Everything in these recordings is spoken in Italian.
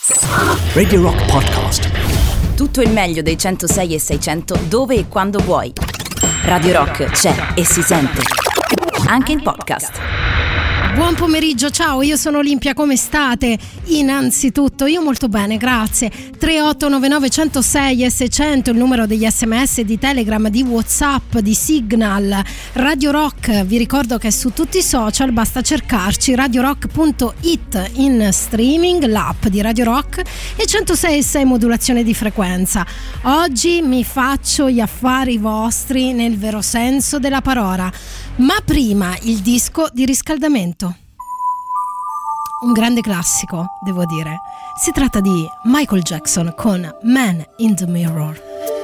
Radio Rock Podcast. Tutto il meglio dei 106 e 600 dove e quando vuoi. Radio Rock c'è e si sente anche in podcast. Buon pomeriggio, ciao, io sono Olimpia, come state? Innanzitutto io molto bene, grazie. 3899 106 e 600 il numero degli SMS, di Telegram, di WhatsApp, di Signal. Radio Rock, vi ricordo che su tutti i social basta cercarci radiorock.it in streaming, l'app di Radio Rock, e 106.6 modulazione di frequenza. Oggi mi faccio gli affari vostri nel vero senso della parola, ma prima il disco di riscaldamento. Un grande classico, devo dire. Si tratta di Michael Jackson con Man in the Mirror.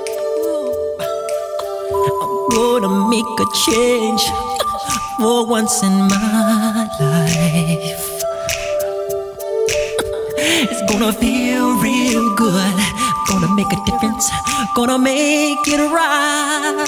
I'm gonna make a change for once in my life. It's gonna feel real good. Gonna make a difference. Gonna make it right.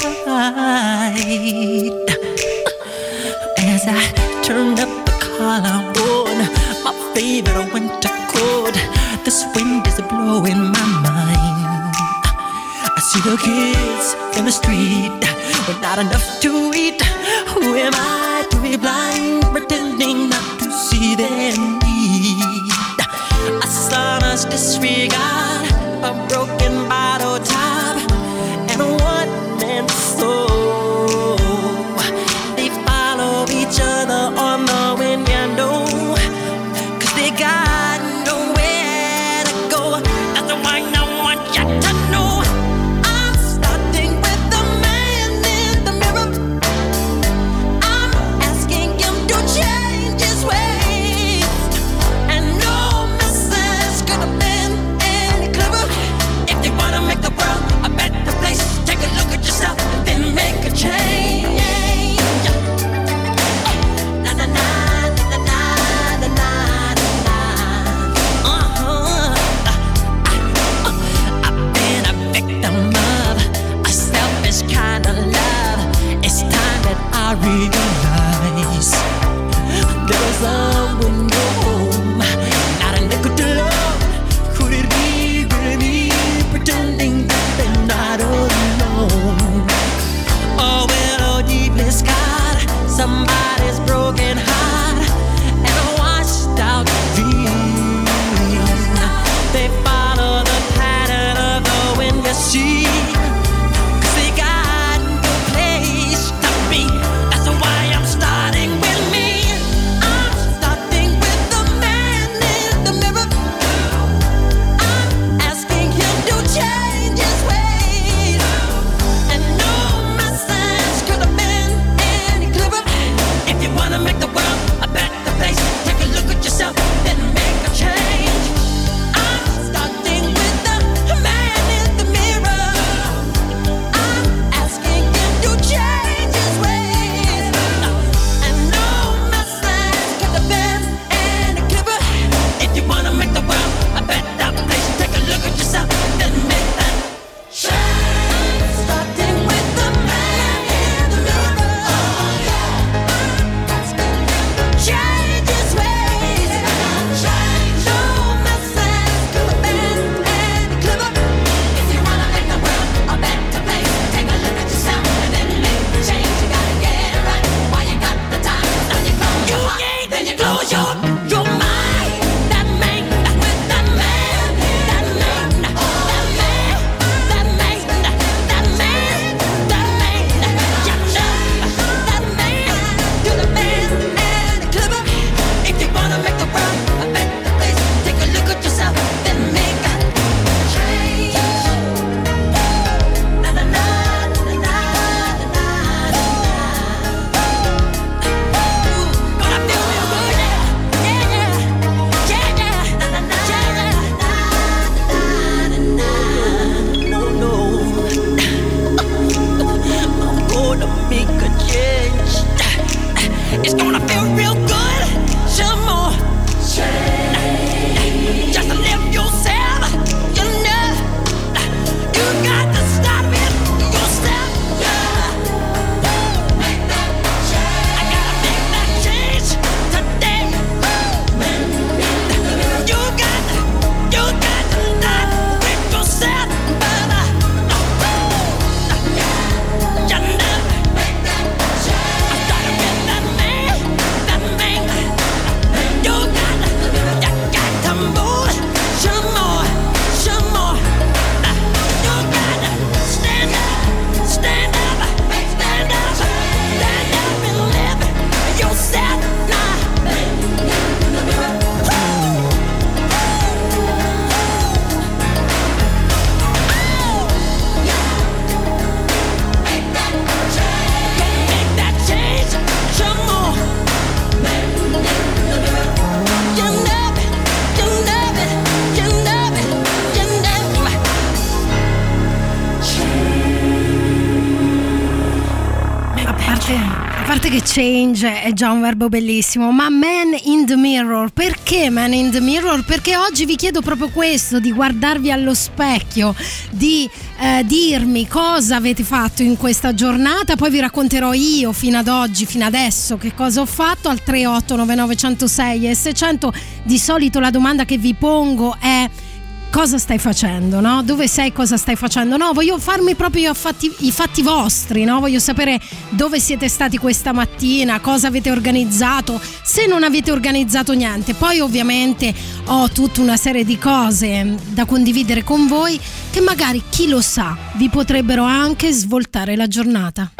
As I turn up the collar on my favorite winter coat, this wind is blowing my mind. I see the kids in the street with not enough to eat. Who am I to be blind, pretending not to see their need? A son's disregard, a broken bottle top, and a one-man soul. They follow each other on the wind, you know, 'cause they got nowhere to go. That's the one I want you to know. I'm starting with the man in the mirror. I'm asking him to change his ways, and no message could have been any clearer. If parte che change è già un verbo bellissimo, ma Man in the Mirror, perché Man in the Mirror? Perché oggi vi chiedo proprio questo, di guardarvi allo specchio, di dirmi cosa avete fatto in questa giornata, poi vi racconterò io fino ad oggi, fino adesso, che cosa ho fatto al 3899 106 e 600. Di solito la domanda che vi pongo è: cosa stai facendo, no? Dove sei, cosa stai facendo? No, voglio farmi proprio i fatti vostri, no? Voglio sapere dove siete stati questa mattina, cosa avete organizzato, se non avete organizzato niente. Poi ovviamente ho tutta una serie di cose da condividere con voi che magari, chi lo sa, vi potrebbero anche svoltare la giornata.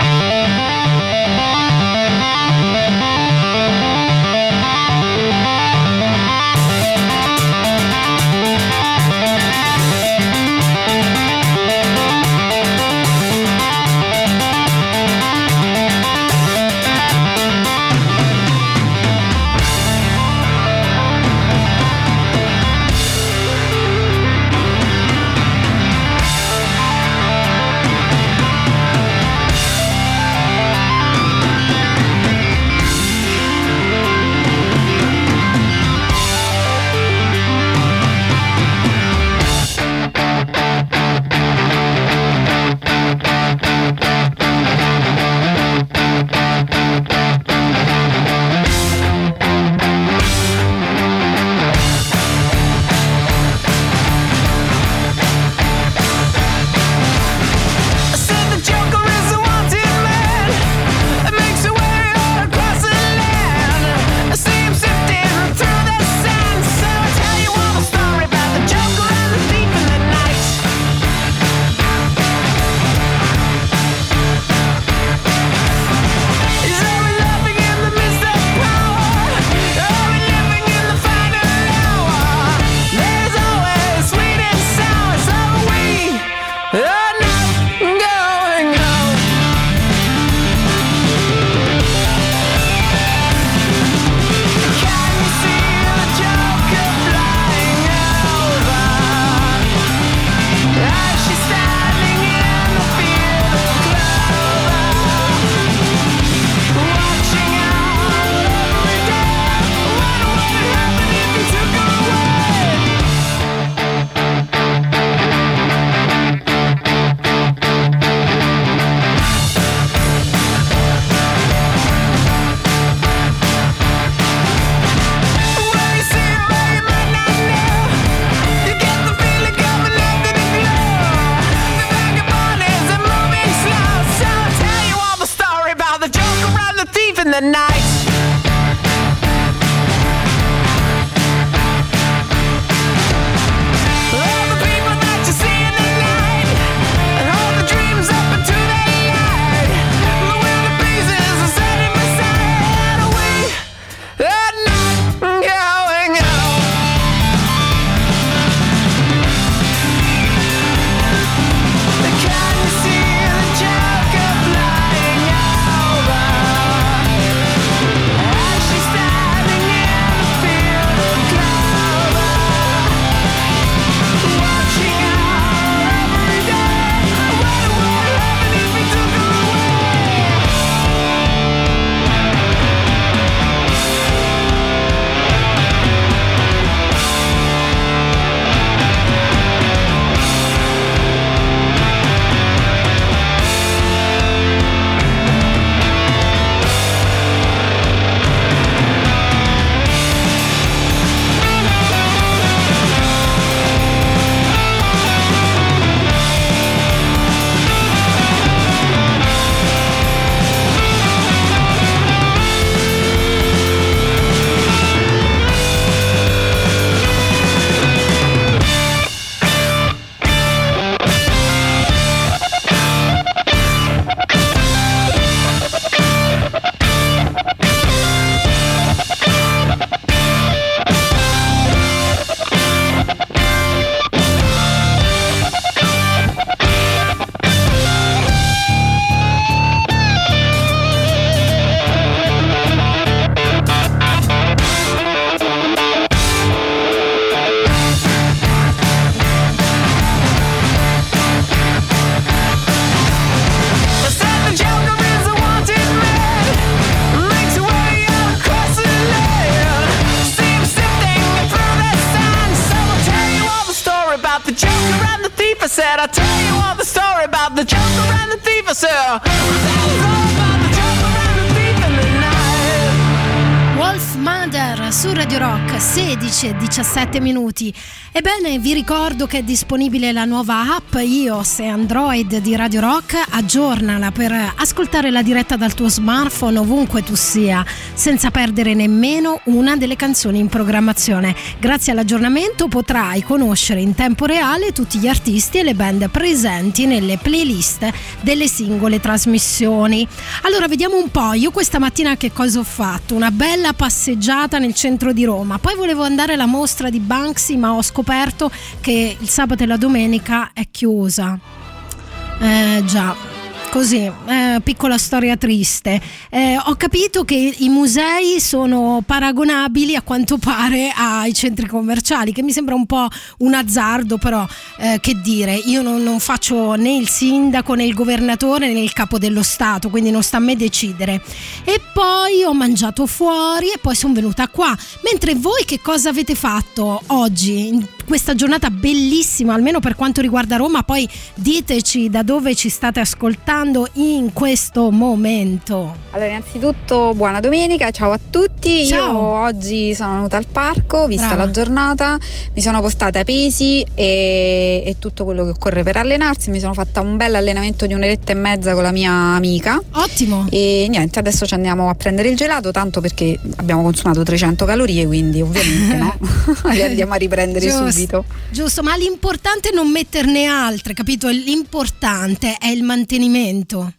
I said, I'll tell you all the story about the joker and the thief. I said, I'll tell you all about the joker and the thief in the night. Wolf Mother su Radio Rock, 16:17 minuti. Ebbene, vi ricordo che è disponibile la nuova app iOS e Android di Radio Rock. Aggiornala per ascoltare la diretta dal tuo smartphone ovunque tu sia, senza perdere nemmeno una delle canzoni in programmazione. Grazie all'aggiornamento potrai conoscere in tempo reale tutti gli artisti e le band presenti nelle playlist delle singole trasmissioni. Allora, vediamo un po'. Io questa mattina che cosa ho fatto? Una bella passeggiata nel centro di Roma, poi volevo andare alla mostra di Banksy, ma ho scoperto che il sabato e la domenica è chiusa. Già, così, piccola storia triste. Ho capito che i musei sono paragonabili a quanto pare ai centri commerciali, che mi sembra un po' un azzardo, però che dire, io non faccio né il sindaco né il governatore né il capo dello Stato, quindi non sta a me decidere. E poi ho mangiato fuori e poi sono venuta qua. Mentre voi che cosa avete fatto oggi, in questa giornata bellissima, almeno per quanto riguarda Roma? Poi diteci da dove ci state ascoltando in questo momento. Allora, innanzitutto buona domenica, ciao a tutti. Ciao. Io oggi sono venuta al parco, vista Brava. la giornata, mi sono postata pesi e tutto quello che occorre per allenarsi. Mi sono fatta un bel allenamento di 1,5 con la mia amica. Ottimo. E niente, adesso ci andiamo a prendere il gelato, tanto perché abbiamo consumato 300 calorie, quindi ovviamente no, li andiamo a riprendere subito. Giusto, ma l'importante è non metterne altre, capito? L'importante è il mantenimento.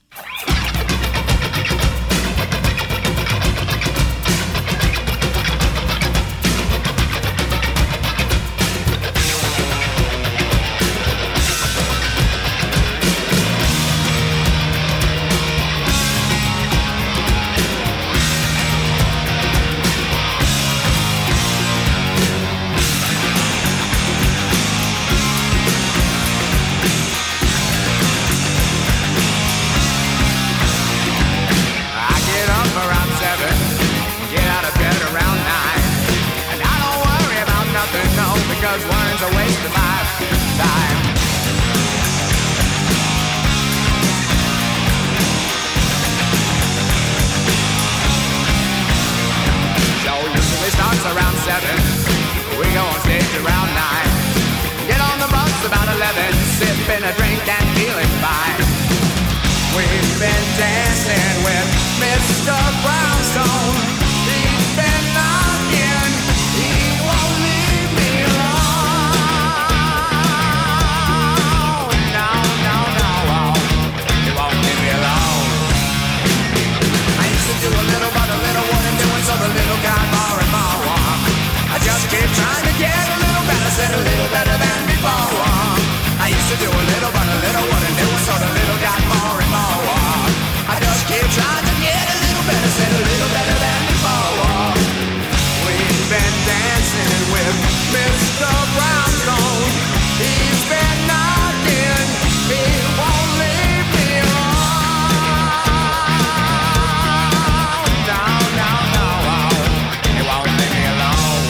Because one's a waste of my time. Show usually starts around 7. We go on stage around 9. Get on the bus about 11. Sipping a drink and feeling fine. We've been dancing with Mr. Brownstone. He's been knocking. He won't leave me alone. No, no, no, he won't leave me alone. I used to do a little, but a little wasn't doing, so the little got more and more. I just keep trying to get a little better, said a little better than before. I used to do a little, but a little wasn't doing, so the little got more and more. I just keep trying to get a little better, said a little better than before. We've been dancing with Mr. Brownstone. He's been knocking, he won't leave me alone. No, no, no, he won't leave me alone.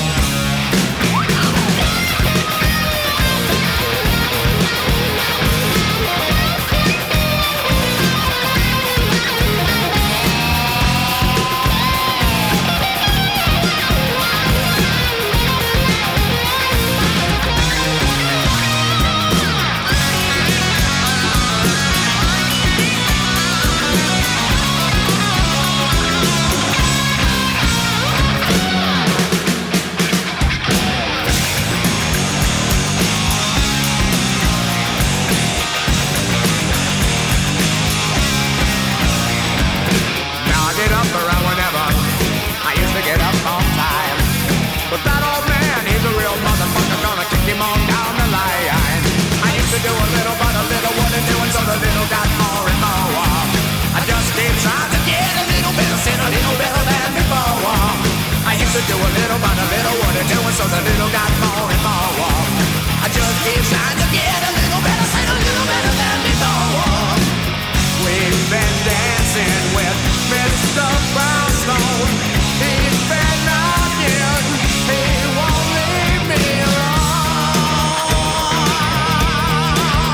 Do a little, but a little what it doing, so the little got more and more. I just keep trying to get a little better, say a little better than before. We've been dancing with Mr. Brownstone. He's been knocking, he won't leave me alone.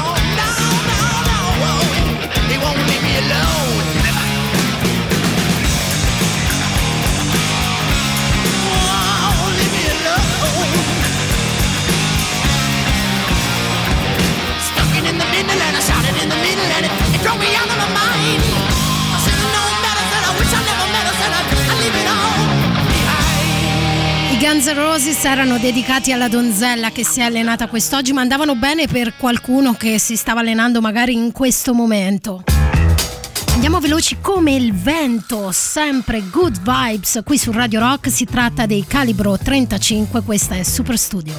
out of my mind. I should've known better, said I wish I never met her, said I leave it all behind. I Guns N' Roses erano dedicati alla donzella che si è allenata quest'oggi, ma andavano bene per qualcuno che si stava allenando magari in questo momento. Andiamo veloci come il vento, sempre good vibes qui su Radio Rock. Si tratta dei Calibro 35, questa è Super Studio.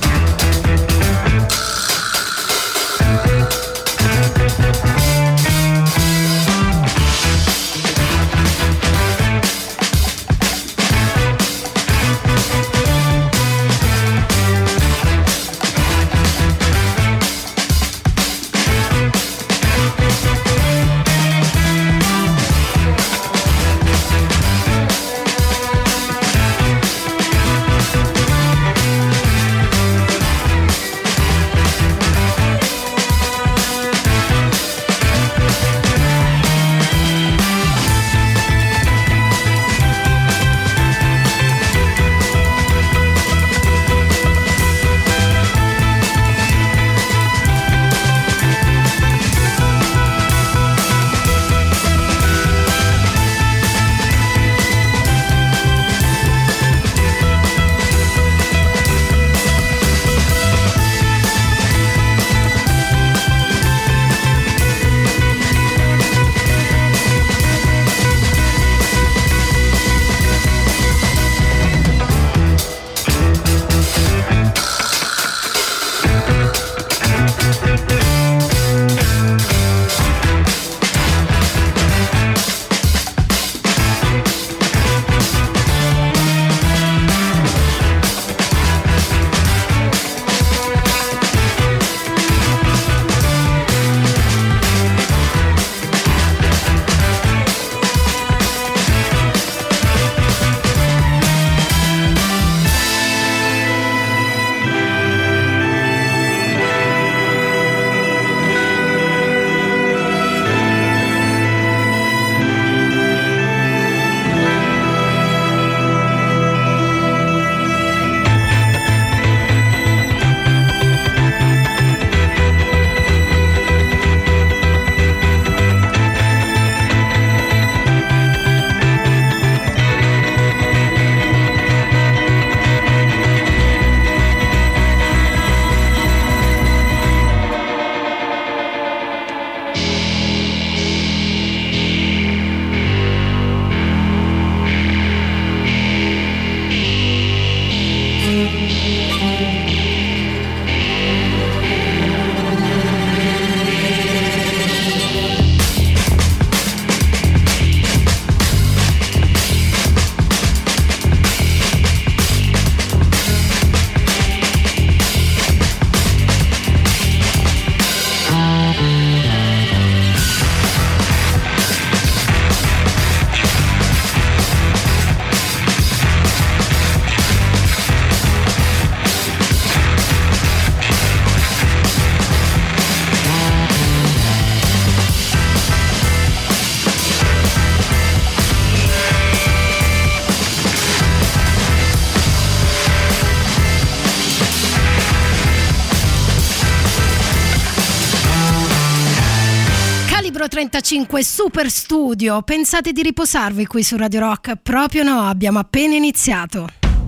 Calibro 35 Super Studio. Pensate di riposarvi qui su Radio Rock? Proprio no, abbiamo appena iniziato.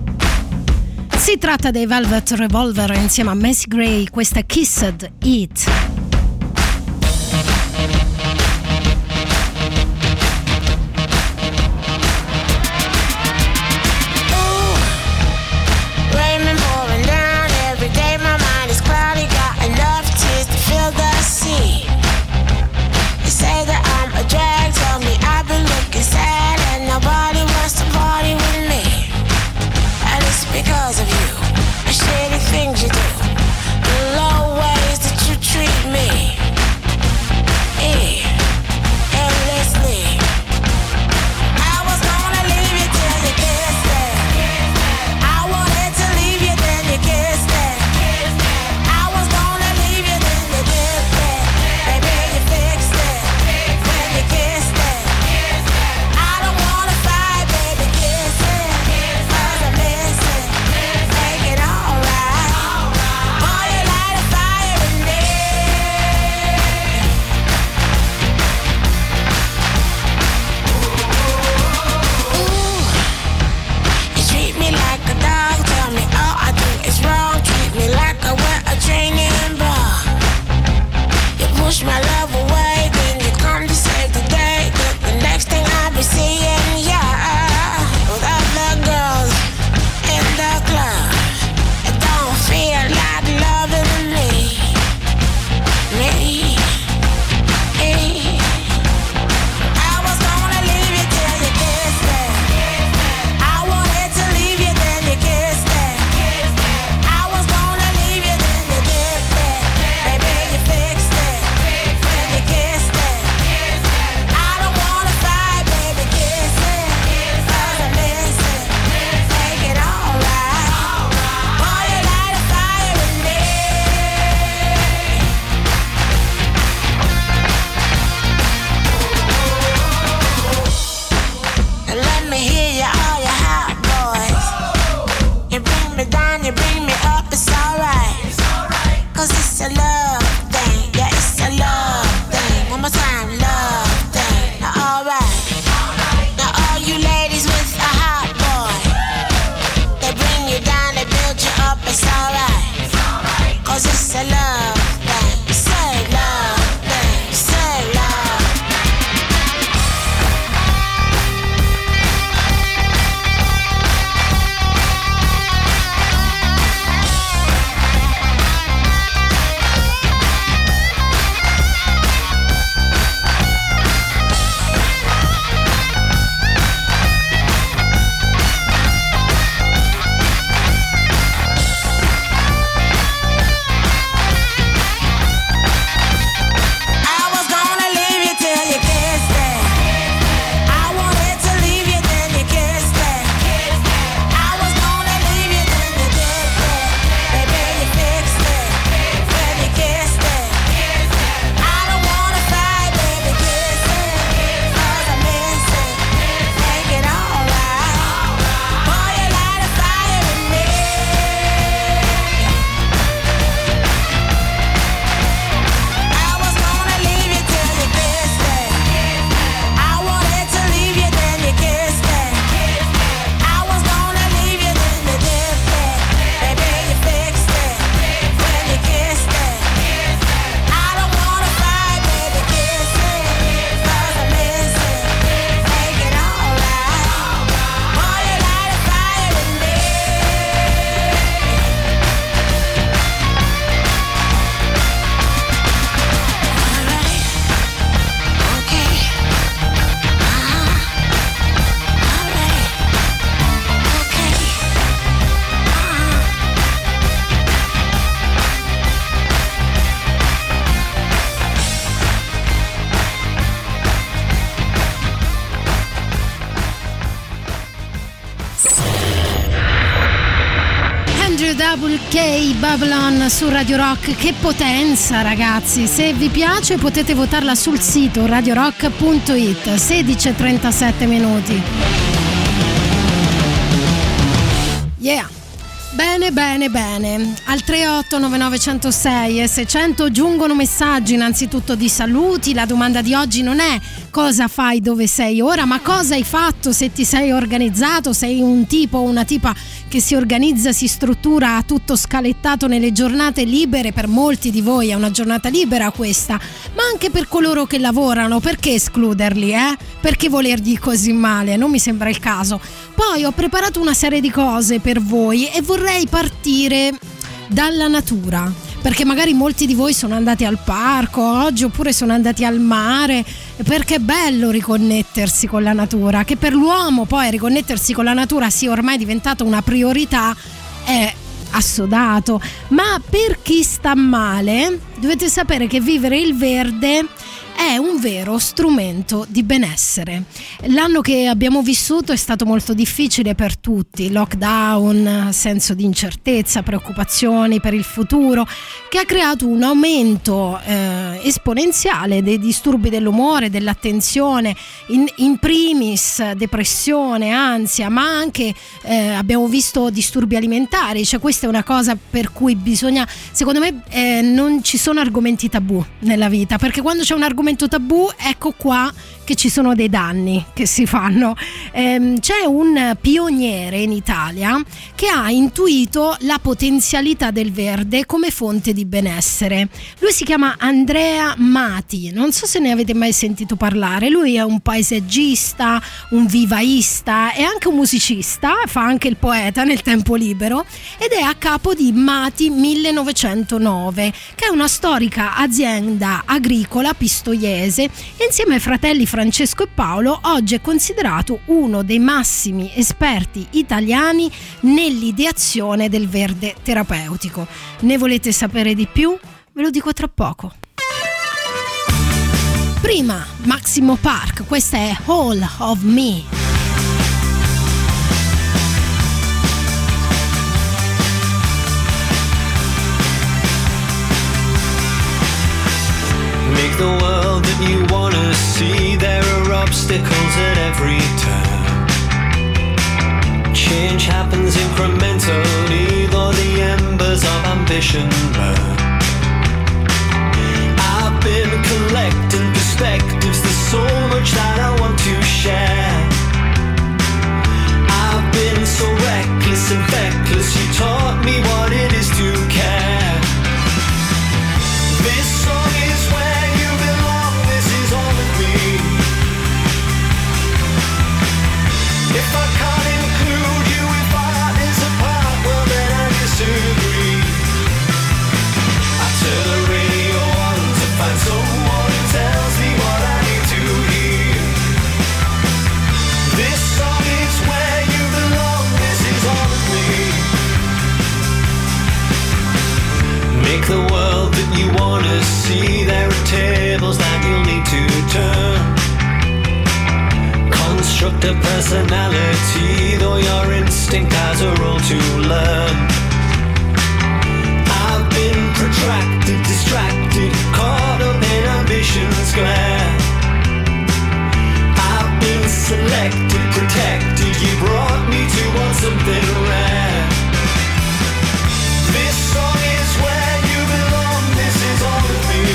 Si tratta dei Velvet Revolver insieme a Macy Gray, questa è Kissed It. Because of you, the shady things you do, the low ways that you treat me. push my love away, then you come to save the day. The next thing I'll be seeing ya with other girls in the club. It don't feel like loving me. I was gonna leave you till you kissed it. I wanted to leave you, then you kissed it. I was gonna leave you, then you dipped it. Baby, you fixed it, then you kissed it. I don't wanna fight, baby, kiss it. 'Cause I miss it, make it alright. Boy, you light a fire in me. And let me hear you, all your hot boys. You bring me down, you bring me up, it's alright. 'Cause it's a love thing, yeah, it's a love thing. One more time, love thing, now alright. Now all you ladies with a hot boy, they bring you down, they build you up, it's alright. 'Cause it's a love thing, say love thing, say love. I was gonna leave you till you kissed it. I wanted to leave you, then you kissed it. I was gonna leave you, then you dipped it. Baby, you fixed it, then you kissed it. I don't wanna fight, baby, kiss it. 'Cause I miss it, make it alright. Boy, you light a fire in me. I was gonna leave you till you kissed it. I wanted to leave you, then you kissed it. I was gonna leave you, then you dipped it. Baby, you fixed it, then you kissed it. I don't wanna fight, baby, kiss it. 'Cause I miss it, make it alright. Boy, you light a fire in me. Andrew Double K, Babylon su Radio Rock. Che potenza, ragazzi. Se vi piace potete votarla sul sito radiorock.it. 16:37 minuti. Yeah. Bene, bene, bene. Al 3899 106 e 600 giungono messaggi innanzitutto di saluti. La domanda di oggi non è cosa fai dove sei ora, ma cosa hai fatto, se ti sei organizzato, sei un tipo o una tipa che si organizza, si struttura, ha tutto scalettato nelle giornate libere. Per molti di voi è una giornata libera questa, ma anche per coloro che lavorano. Perché escluderli, Perché volergli così male? Non mi sembra il caso. Poi ho preparato una serie di cose per voi e vorrei partire dalla natura, perché magari molti di voi sono andati al parco oggi oppure sono andati al mare, perché è bello riconnettersi con la natura, che per l'uomo poi riconnettersi con la natura sia ormai diventato una priorità è assodato. Ma per chi sta male dovete sapere che vivere il verde è un vero strumento di benessere. L'anno che abbiamo vissuto è stato molto difficile per tutti, lockdown, senso di incertezza, preoccupazioni per il futuro, che ha creato un aumento esponenziale dei disturbi dell'umore, dell'attenzione, in primis depressione, ansia, ma anche abbiamo visto disturbi alimentari. Cioè questa è una cosa per cui bisogna, secondo me non ci sono argomenti tabù nella vita, perché quando c'è un argomento tabù, ecco qua che che ci sono dei danni che si fanno. C'è un pioniere in Italia che ha intuito la potenzialità del verde come fonte di benessere. Lui si chiama Andrea Mati, non so se ne avete mai sentito parlare. Lui è un paesaggista, un vivaista e anche un musicista, fa anche il poeta nel tempo libero, ed è a capo di Mati 1909, che è una storica azienda agricola pistoiese. Insieme ai fratelli Francesco e Paolo oggi è considerato uno dei massimi esperti italiani nell'ideazione del verde terapeutico. Ne volete sapere di più? Ve lo dico tra poco. Prima Maximo Park, questa è All of Me. Make the world that you wanna see. There are obstacles at every turn. Change happens incrementally, though the embers of ambition burn. I've been collecting perspectives, there's so much that I want to share. I've been so reckless and feckless, you taught me what it is to care. This song is where you belong, this is all of me. If I can't include you, if art is a part, well then I disagree. I turn the radio on to find someone who tells me what I need to hear. This song is where you belong, this is all of me. Make the world that you wanna see. There are tables that you'll need to turn. Construct a personality, though your instinct has a role to learn. I've been protracted, distracted, caught up in ambition's glare. I've been selected, protected, you brought me to want something rare. This song is where you belong, this is all of me.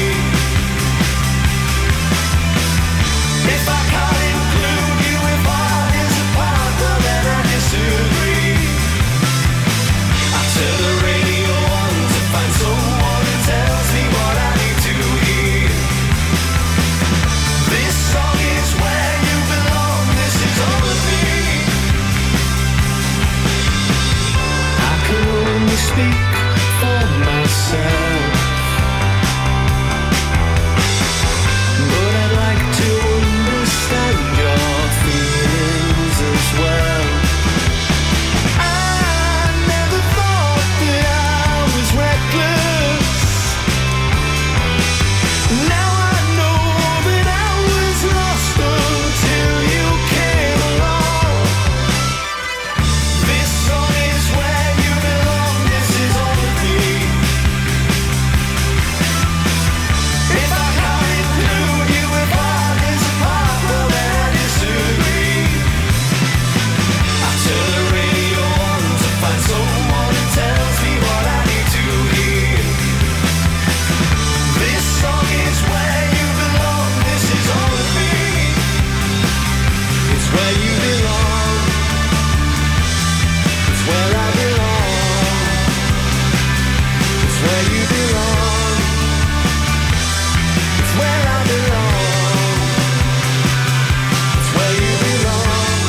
If I can't include you, if art is a part, well then I disagree. I turn the radio on to find someone who tells me what I need to hear. This song is where you belong, this is all of me. I can only speak for myself, but I'd like to understand your feelings as well. I never thought that I was reckless. Now I know that I was lost until you came along. This song is where you belong, this is all of me. If I can't include you, if art is a part, well then I disagree. I turn the radio on to find someone who tells me what I need to hear. This song is where you belong, this is all of me. It's where you belong, it's where I belong. It's where you belong, it's where I belong. It's where you belong,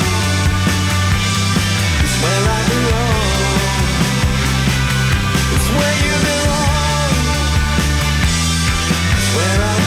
it's where I belong. It's where you belong, it's where I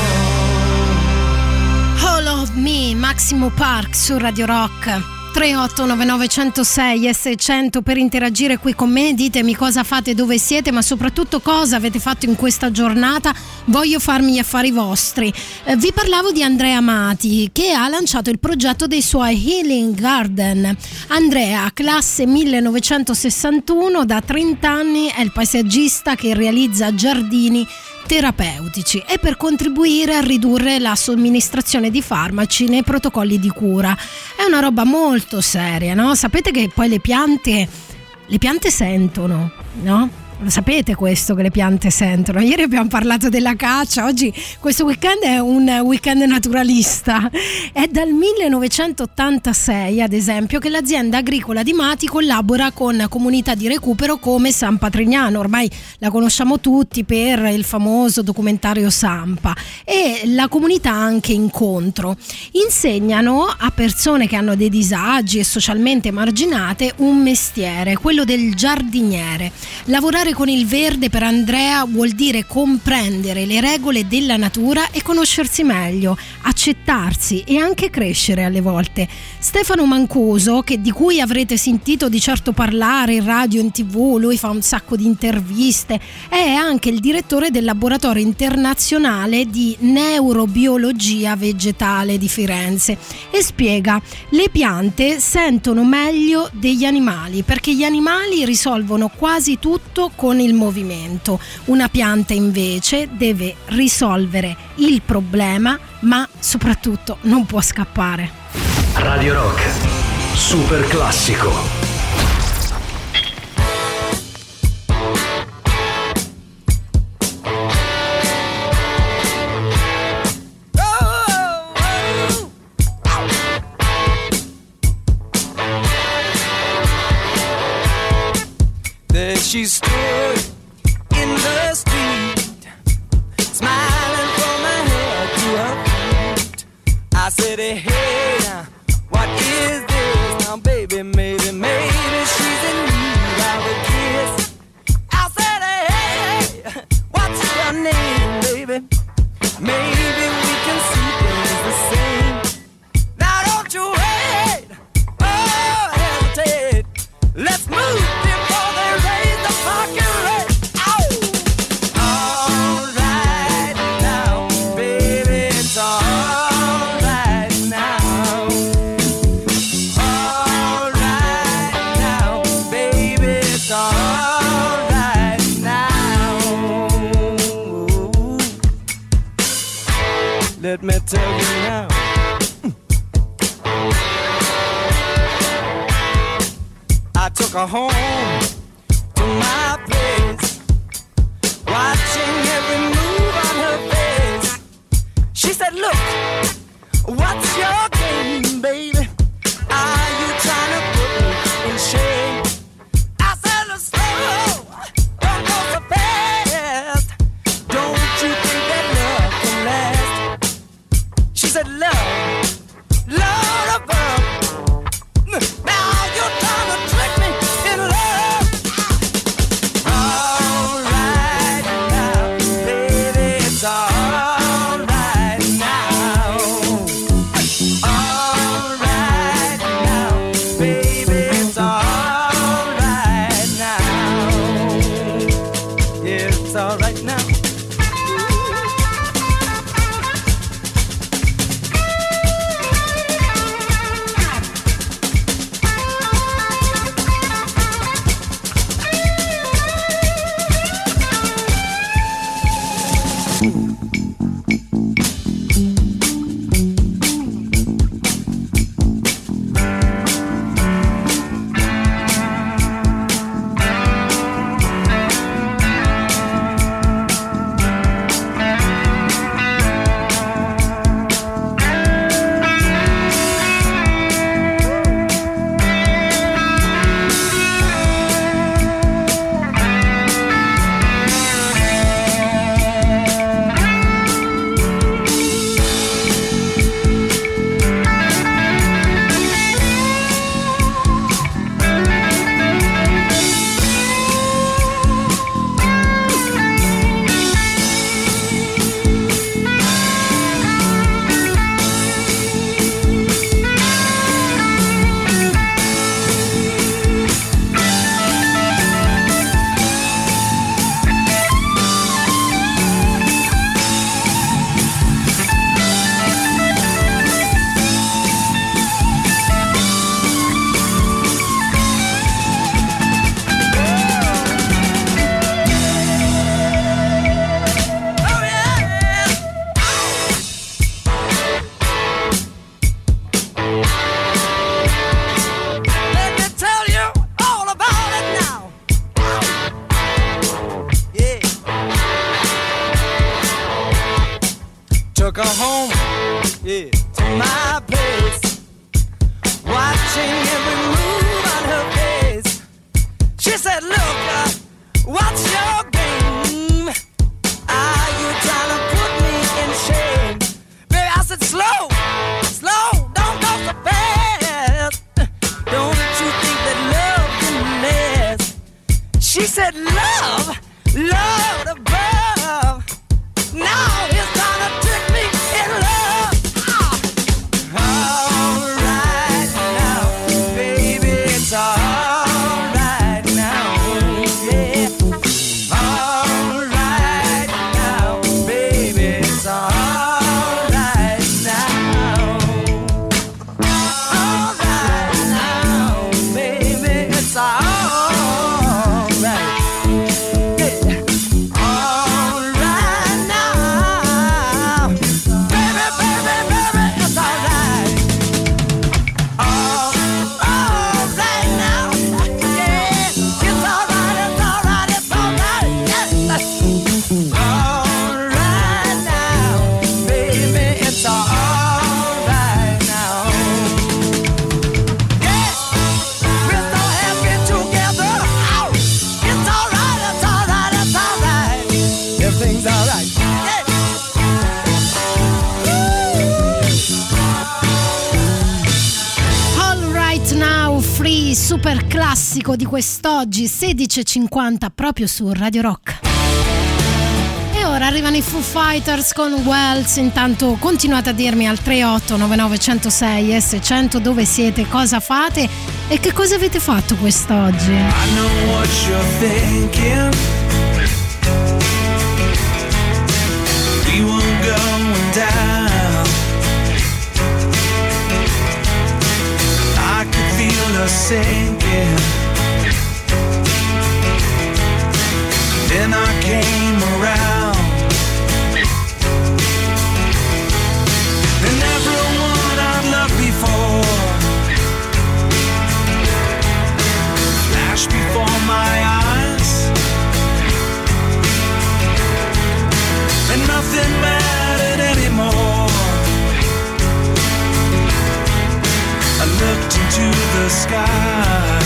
belong. All of Me, Maximo Park su Radio Rock. 3899 106 600 per interagire qui con me. Ditemi cosa fate, dove siete, ma soprattutto cosa avete fatto in questa giornata. Voglio farmi gli affari vostri. Vi parlavo di Andrea Mati, che ha lanciato il progetto dei suoi Healing Garden. Andrea, classe 1961, da 30 anni è il paesaggista che realizza giardini terapeutici e per contribuire a ridurre la somministrazione di farmaci nei protocolli di cura. È una roba molto seria, no? Sapete che poi le piante sentono, no? Lo sapete questo, che le piante sentono? Ieri abbiamo parlato della caccia, oggi questo weekend è un weekend naturalista. È dal 1986, ad esempio, che l'azienda agricola di Mati collabora con comunità di recupero come San Patrignano. Ormai la conosciamo tutti per il famoso documentario Sampa, e la comunità anche Incontro. Insegnano a persone che hanno dei disagi e socialmente emarginate un mestiere, quello del giardiniere. Lavorare con il verde per Andrea vuol dire comprendere le regole della natura e conoscersi meglio, accettarsi e anche crescere alle volte. Stefano Mancuso, di cui avrete sentito di certo parlare in radio, in TV, lui fa un sacco di interviste, è anche il direttore del laboratorio internazionale di neurobiologia vegetale di Firenze e spiega: le piante sentono meglio degli animali perché gli animali risolvono quasi tutto con il movimento. Una pianta invece deve risolvere il problema, ma soprattutto non può scappare. Radio Rock, super classico. She stood in the street, smiling from her head to her feet. I said, hey, now, what is this? Now, baby, maybe she's in need of a kiss. I said, hey, what's your name, baby? Maybe we can see things the same. Now, don't you wait, oh, hesitate. Let's move. Let me tell you now. I took her home to my place, watching every move on her face. She said, look, what's your game, baby? Are you trying to put me in shame? I said, look, slow, don't go so fast. Don't you think that love can last? She said, love, love above. Now you're trying to trick me in love. All right now, baby, it's all right now. All right now, baby, it's all right now. Yeah, it's all right now. took her home, yeah, to my place, watching every move on her face. She said, look, what's your game? Are you trying to put me in shame? Baby, I said, slow, slow, don't go so fast. Don't you think that love can last? She said, love, love above. Now it's time to trick me in love. All right now, baby, it's all right now, yeah. All right now, baby, it's all right now. All right now, baby, it's all right. Yeah. All right now, baby, baby, baby, it's all right. All right now, yeah, it's all right, it's all right, it's all right, yes. All right now, baby, it's all right now. Yeah, we're so happy together. Ow. It's all right, it's all right, it's all right. Everything's all right. Yeah. All Right Now, Free, super classico di quest'oggi, 16:50 proprio su Radio Rock. E ora arrivano i Foo Fighters con Wells. Intanto continuate a dirmi al 3899 106 S100 dove siete, cosa fate e che cosa avete fatto quest'oggi. I know what you're thinking. We were going down. I could feel us sinking. Then I came around. And everyone I've loved before flashed before my eyes, and nothing mattered anymore. I looked into the sky.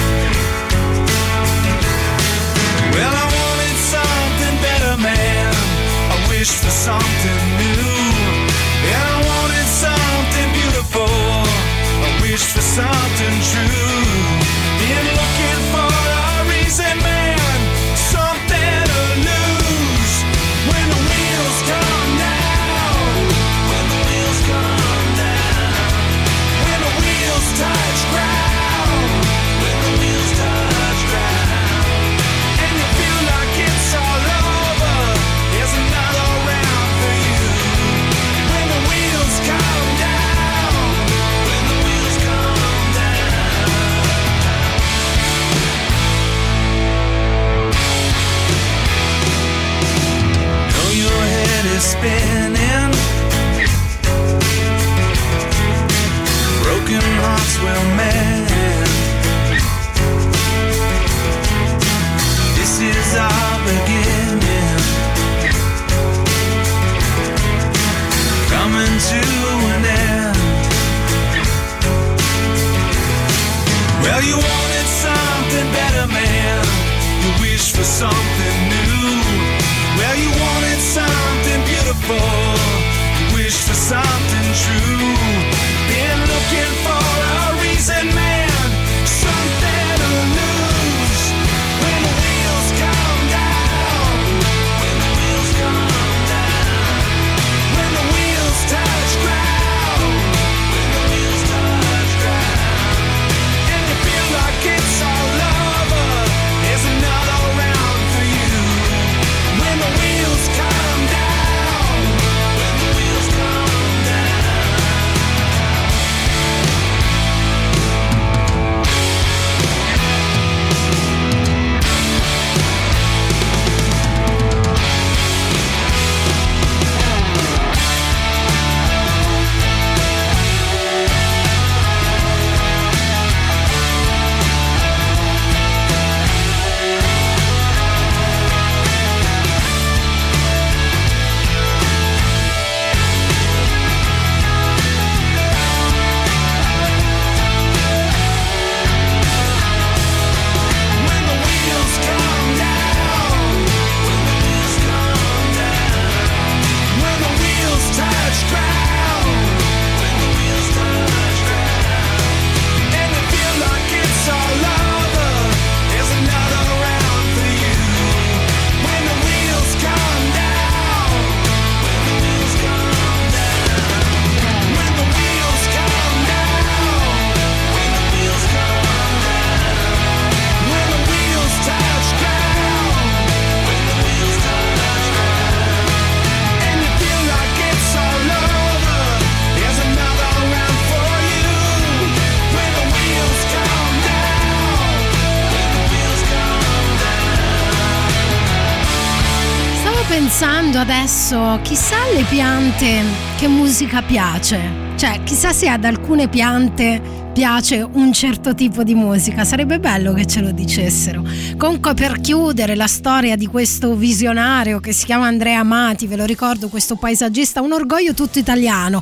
Well, I wanted something better, man. I wished for something new. And I wanted something beautiful. I wished for something true. Been looking for a reason, man. Something to lose. When the wheels come down. When the wheels come down. When the wheels touch ground. When the wheels touch ground. And you feel like it's all over. There's another round for you. When the wheels come down. When the wheels come down. Know your head is spinning. Broken hearts will mend. This is our beginning. Coming to an end. Well, you wanted something better, man. You wished for something new. Well, you wanted something beautiful. You wished for something true. Been looking for a reason, man. Something to lose. When the wheels come down. When the wheels come down. When the wheels touch ground. When the wheels touch ground. And you feel like it's all over. There's another round for you. pensando adesso, chissà alle piante che musica piace, cioè chissà se ad alcune piante piace un certo tipo di musica, sarebbe bello che ce lo dicessero. Comunque, per chiudere la storia di questo visionario che si chiama Andrea Amati, ve lo ricordo, questo paesaggista, un orgoglio tutto italiano.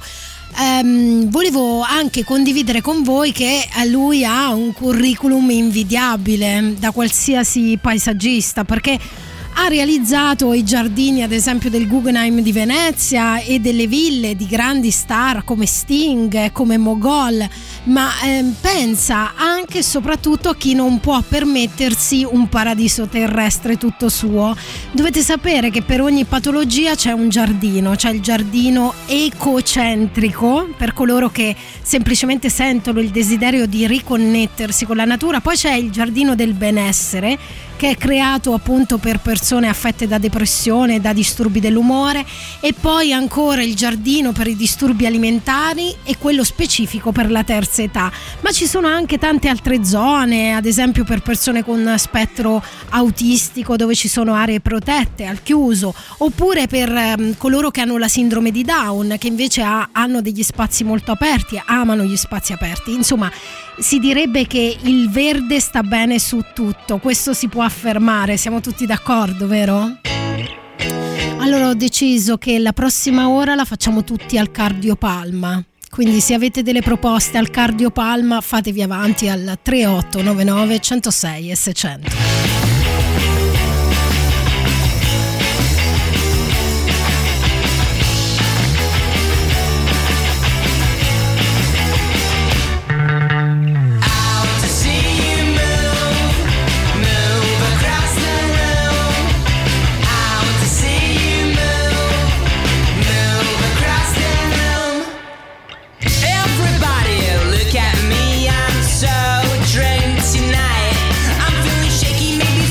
Volevo anche condividere con voi che lui ha un curriculum invidiabile da qualsiasi paesaggista, perché ha realizzato i giardini ad esempio del Guggenheim di Venezia e delle ville di grandi star come Sting, come Mogol, ma pensa anche e soprattutto a chi non può permettersi un paradiso terrestre tutto suo. Dovete sapere che per ogni patologia c'è un giardino, c'è il giardino ecocentrico per coloro che semplicemente sentono il desiderio di riconnettersi con la natura, poi c'è il giardino del benessere che è creato appunto per persone affette da depressione, da disturbi dell'umore, e poi ancora il giardino per i disturbi alimentari e quello specifico per la terza età. Ma ci sono anche tante altre zone, ad esempio per persone con spettro autistico, dove ci sono aree protette al chiuso, oppure per coloro che hanno la sindrome di Down, che invece hanno degli spazi molto aperti, amano gli spazi aperti. Insomma, si direbbe che il verde sta bene su tutto, questo si può affermare, siamo tutti d'accordo, vero? Allora ho deciso che la prossima ora la facciamo tutti al Cardiopalma, quindi se avete delle proposte al Cardiopalma fatevi avanti al 3899 106 e 600. Look at me, I'm so drunk tonight. I'm feeling shaky, maybe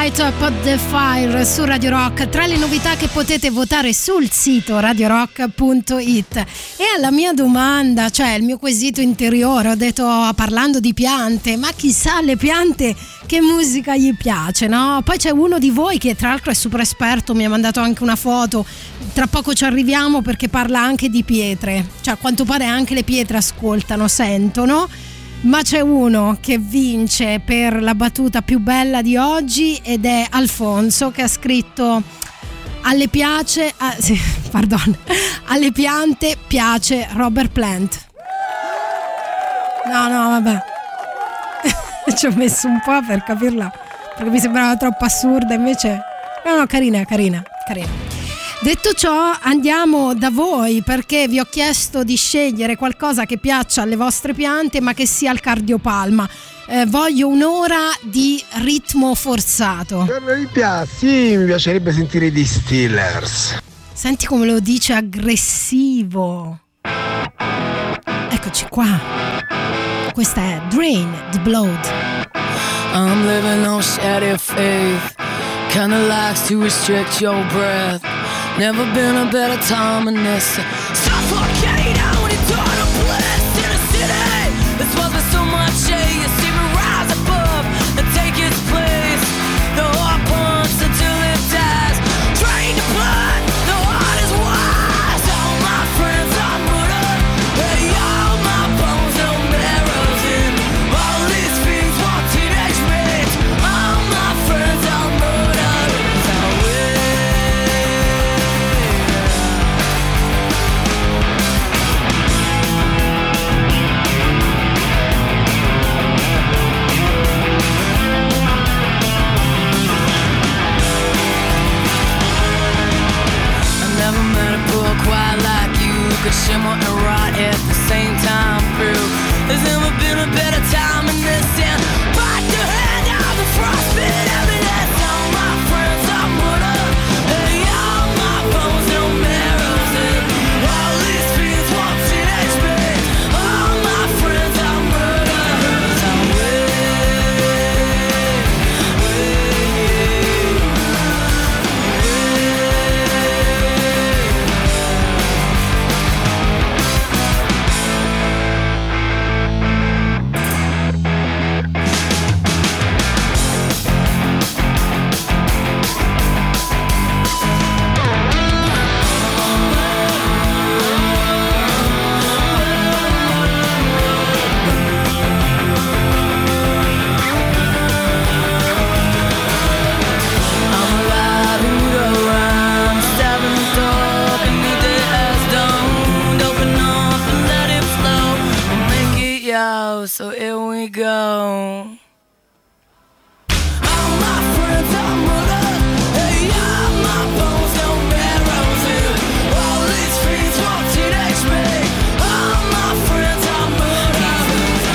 Light Up the Fire su Radio Rock, tra le novità che potete votare sul sito radiorock.it. E alla mia domanda, cioè il mio quesito interiore, ho detto, parlando di piante, ma chissà le piante che musica gli piace, no? Poi c'è uno di voi che tra l'altro è super esperto, mi ha mandato anche una foto, tra poco ci arriviamo, perché parla anche di pietre, cioè a quanto pare anche le pietre ascoltano, sentono. Ma c'è uno che vince per la battuta più bella di oggi ed è Alfonso, che ha scritto: alle piante piace Robert Plant. No, vabbè. Ci ho messo un po' per capirla, perché mi sembrava troppo assurda, invece no, carina. Detto ciò, andiamo da voi, perché vi ho chiesto di scegliere qualcosa che piaccia alle vostre piante ma che sia il cardiopalma. Voglio un'ora di ritmo forzato. Mi piacerebbe sentire i Distillers. Senti come lo dice aggressivo. Eccoci qua. Questa è Drain the Blood. I'm living on shadow faith, kinda likes to restrict your breath. Never been a better time in this. Suffocate out into a bliss in a city. This wasn't so much shade. You see me rise above and take its place. The heart pumps until it dies. Drain the blood, the heart is wise. All my friends are murdered. Hey, all my bones, no marrows in. All these fiends want teenage mates. All my friends are murdered. Quite like you could shimmer and rot at the same time through. There's never been a better time in this and bite the hand of the frostbite evidence. All my friends are murdered. Hey, all my bones, no marrows in. All these fiends want teenage mates. All my friends are murdered. So so here we go. All my friends are murdered. Hey, all my bones, no marrows in. All these fiends want teenage me. All my friends are murdered.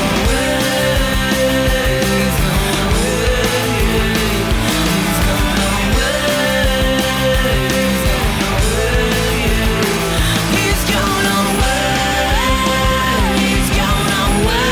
He's gone away. He's gone away. He's gone away. He's gone away.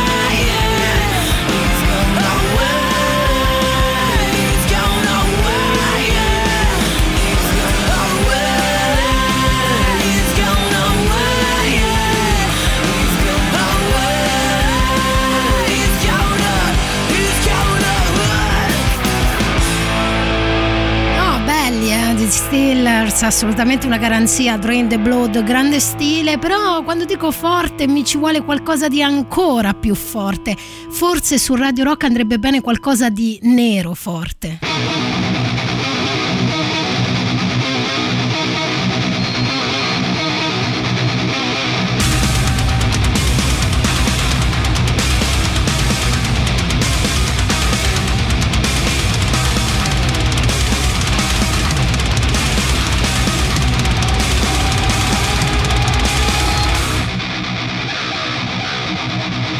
Distillers, assolutamente una garanzia. Drain the Blood, grande stile, però quando dico forte mi ci vuole qualcosa di ancora più forte. Forse su Radio Rock andrebbe bene qualcosa di nero forte.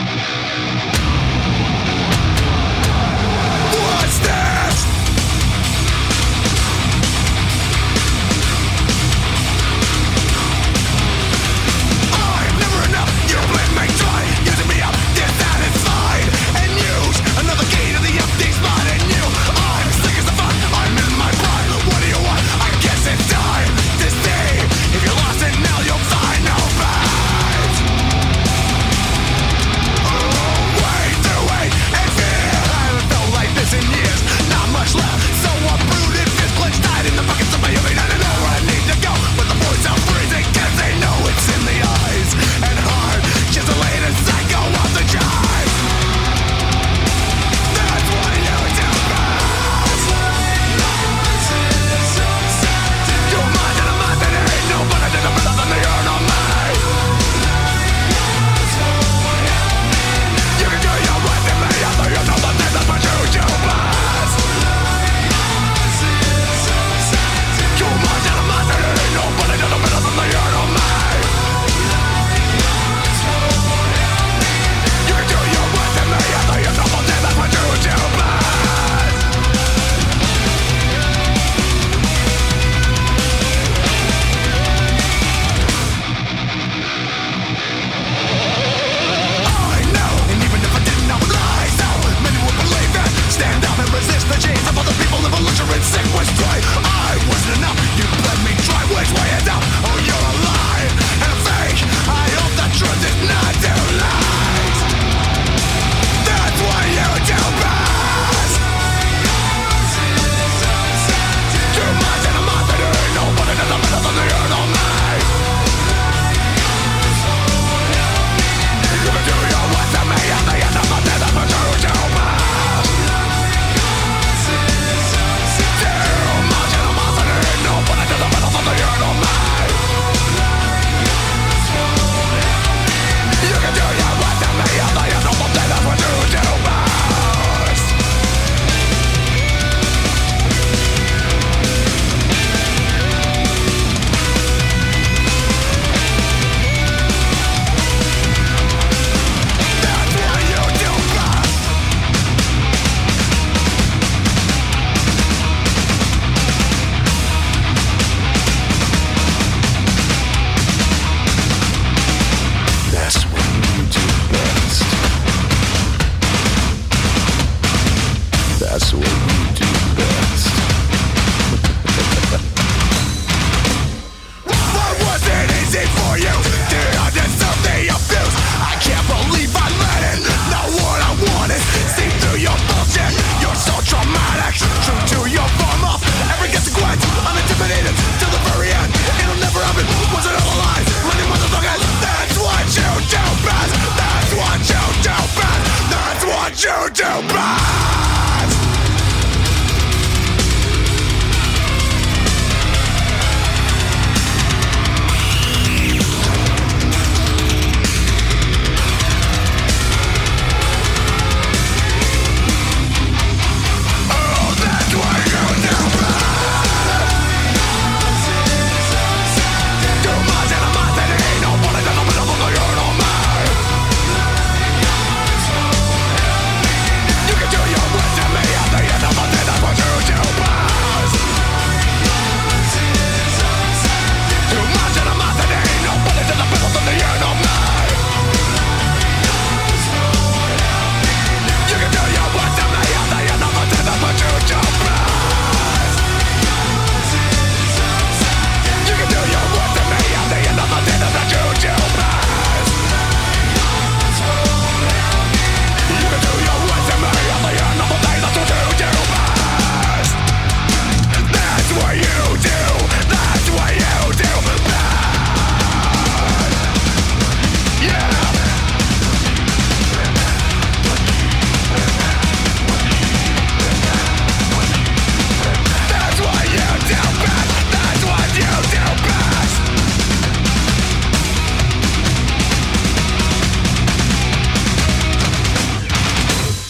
What's this?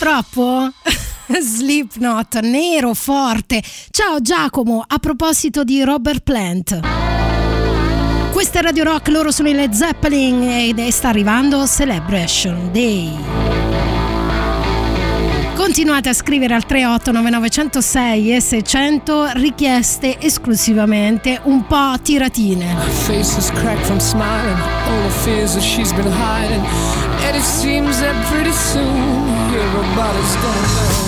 Troppo? Slipknot, nero forte. Ciao Giacomo, a proposito di Robert Plant. Questa è Radio Rock, loro sono i Led Zeppelin ed sta arrivando Celebration Day. Continuate a scrivere al 3899 106 e 600, richieste esclusivamente un po' tiratine. Her face is cracked from smiling, all the fears that she's been hiding, and it seems that pretty soon everybody's gonna know.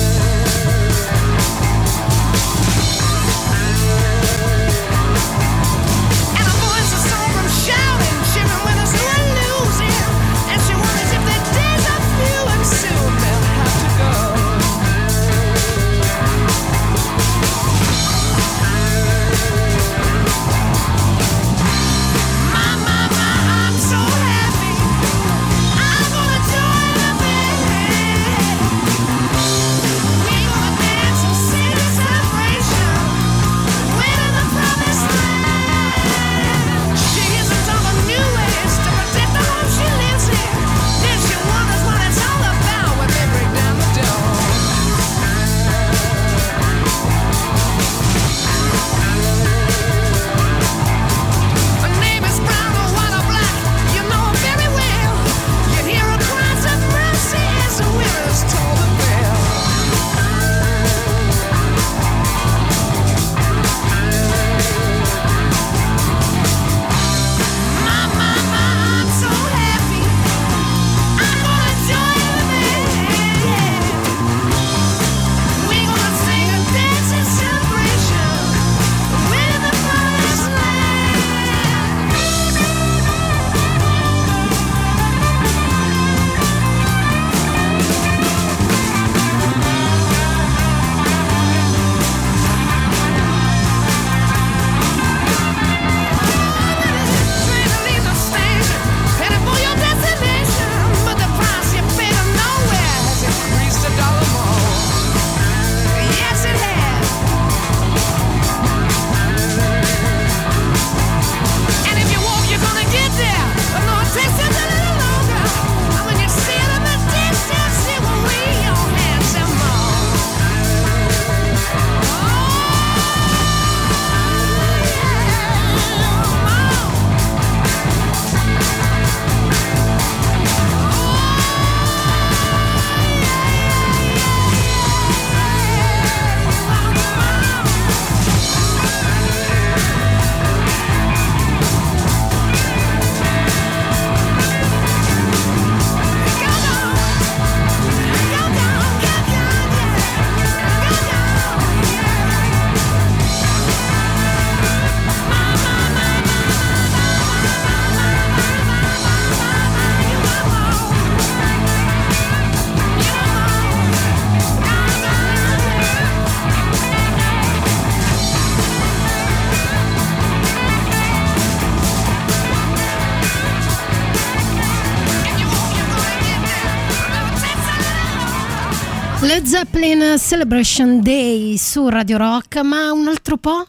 Led Zeppelin Celebration Day su Radio Rock, ma un altro po'?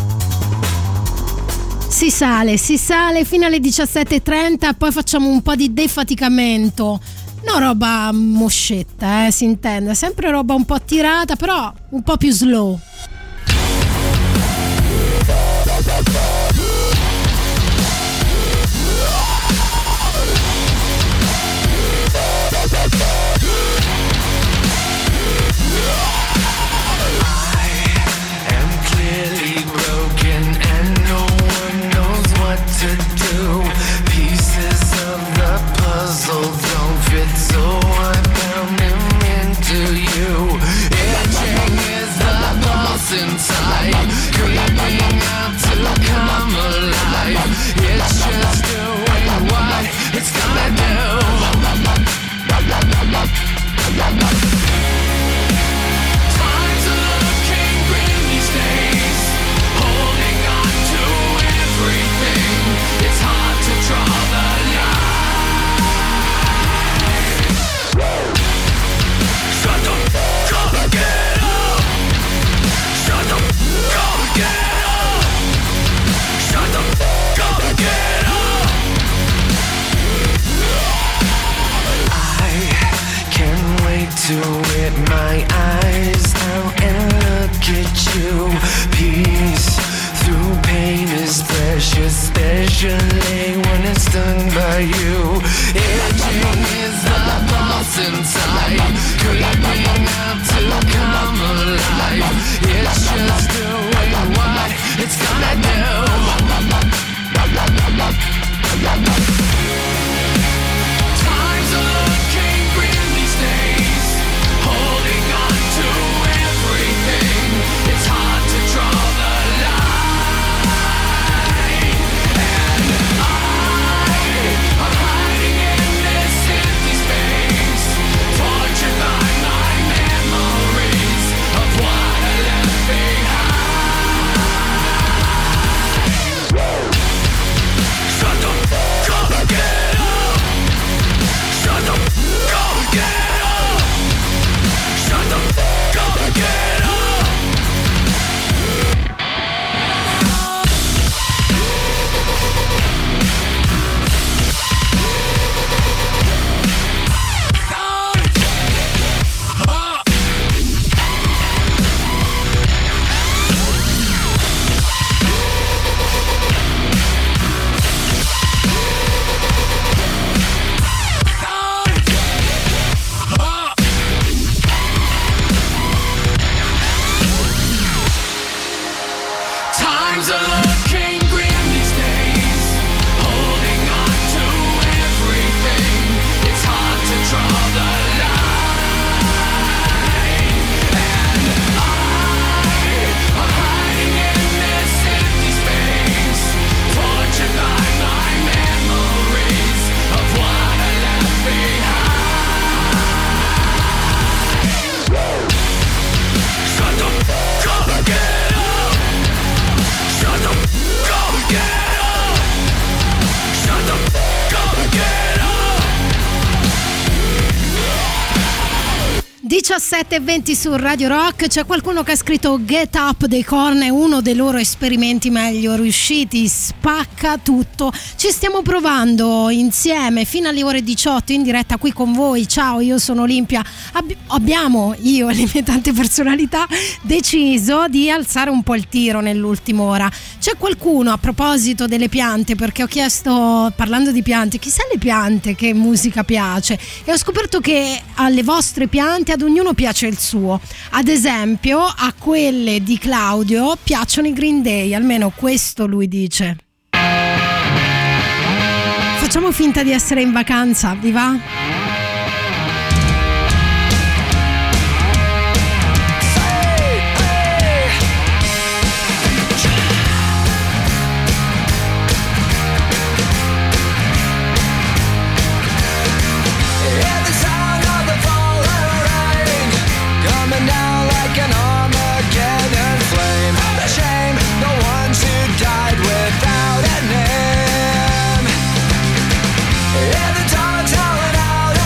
Si sale fino alle 17:30, poi facciamo un po' di defaticamento. No, roba moscetta, si intende, sempre roba un po' tirata, però un po' più slow. So I found him into you. Itching is the bone. to it my eyes out and look at you. Peace through pain is precious, especially when it's done by you. Aging is the boss inside, creeping up to come alive. It's just doing what it's gonna do. Times are looking grim these days, holding on to everything. It's hard to draw the line, and I'm hiding in this empty space, tortured by my memories of what I left behind. Shut up, come get up. Shut up, come get up. Shut up, come get up. Times are looking grim these days, holding on to everything. It's hard to draw the line, and I'm hiding in this empty space, tortured by my memories of what I left behind. Shut up, come get up. Shut up, come get up. Shut up, come get up. 17:20 su Radio Rock. C'è qualcuno che ha scritto Get Up dei Korn è uno dei loro esperimenti meglio riusciti, spacca tutto. Ci stiamo provando insieme fino alle ore 18 in diretta qui con voi. Ciao, io sono Olimpia. Abbiamo, io e le mie tante personalità, deciso di alzare un po' il tiro nell'ultima ora. C'è qualcuno, a proposito delle piante, perché ho chiesto, parlando di piante, chissà le piante che musica piace, e ho scoperto che alle vostre piante ad ognuno piace il suo. Ad esempio a quelle di Claudio piacciono i Green Day, almeno questo lui dice. Facciamo finta di essere in vacanza, vi va? Down like an Armageddon flame. The shame, the ones who died without a name. Yeah, the dogs howling out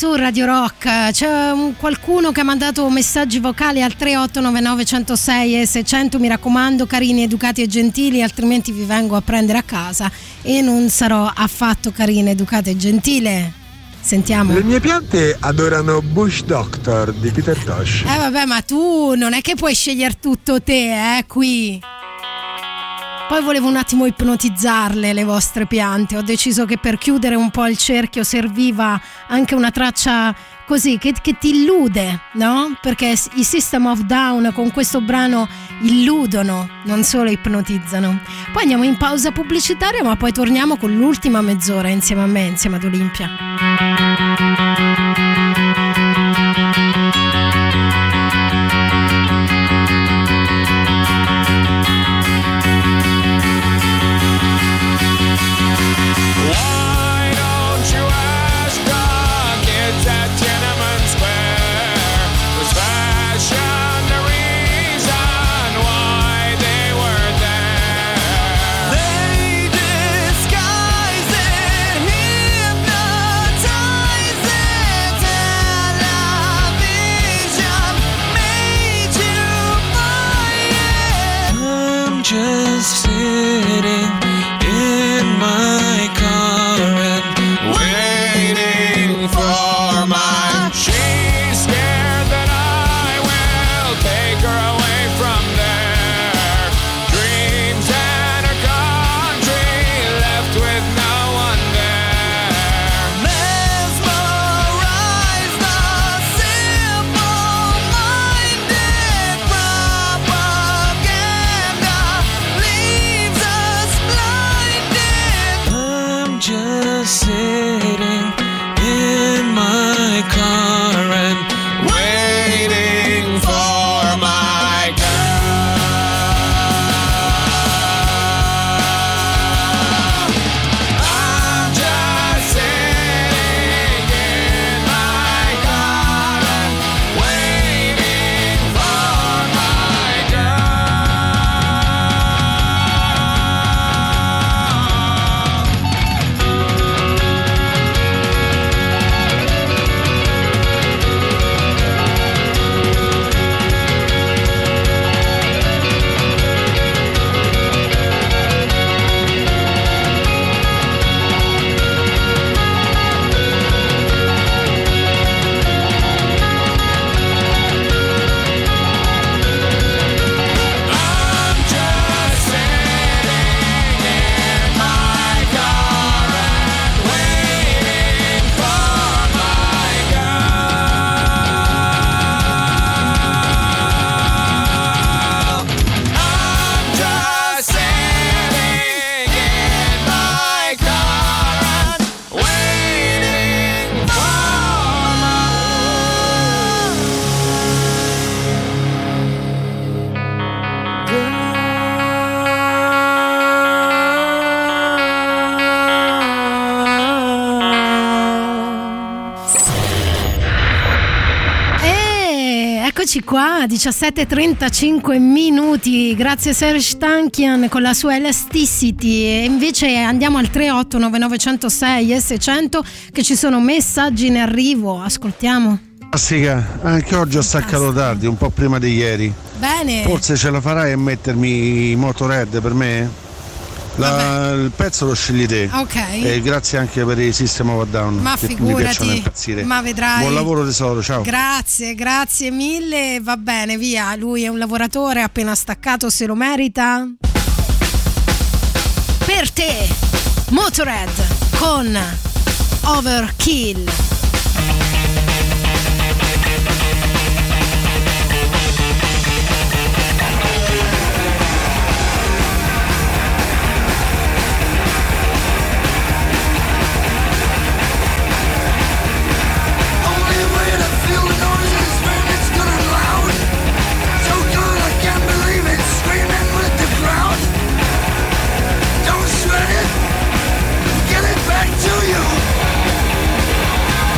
su Radio Rock. C'è qualcuno che ha mandato messaggi vocali al 3899 106 e 600. Mi raccomando, carini, educati e gentili, altrimenti vi vengo a prendere a casa e non sarò affatto carina, educata e gentile. Sentiamo. Le mie piante adorano Bush Doctor di Peter Tosh. Vabbè, ma tu non è che puoi scegliere tutto te, qui. Poi volevo un attimo ipnotizzarle le vostre piante. Ho deciso che per chiudere un po' il cerchio serviva anche una traccia così che ti illude, no? Perché i System of Down con questo brano illudono, non solo ipnotizzano. Poi andiamo in pausa pubblicitaria, ma poi torniamo con l'ultima mezz'ora insieme a me, insieme ad Olimpia. Just sitting in my car and waiting for my. She's scared that I will take her away from there. Dreams and her country left with no one there. Mesmerize the simple-minded propaganda. Leaves us blinded. I'm just sitting in my car and waiting for my girl. I'm just sitting in my car and waiting for my Eccoci qua, 17:35 minuti, grazie Serge Tankian con la sua Elasticity. E invece andiamo al 3899 106 e 600 che ci sono messaggi in arrivo, ascoltiamo. Classica, anche oggi ho staccato tardi, un po' prima di ieri. Bene. Forse ce la farai a mettermi Motorhead per me? Il pezzo lo scegli te. Ok. E grazie anche per il System of a Down. Ma che figurati, mi piacciono impazzire. ma vedrai. Buon lavoro tesoro, ciao. Grazie mille, va bene, via. Lui è un lavoratore, appena staccato, se lo merita. Per te, Motorhead con Overkill. Get it back to you.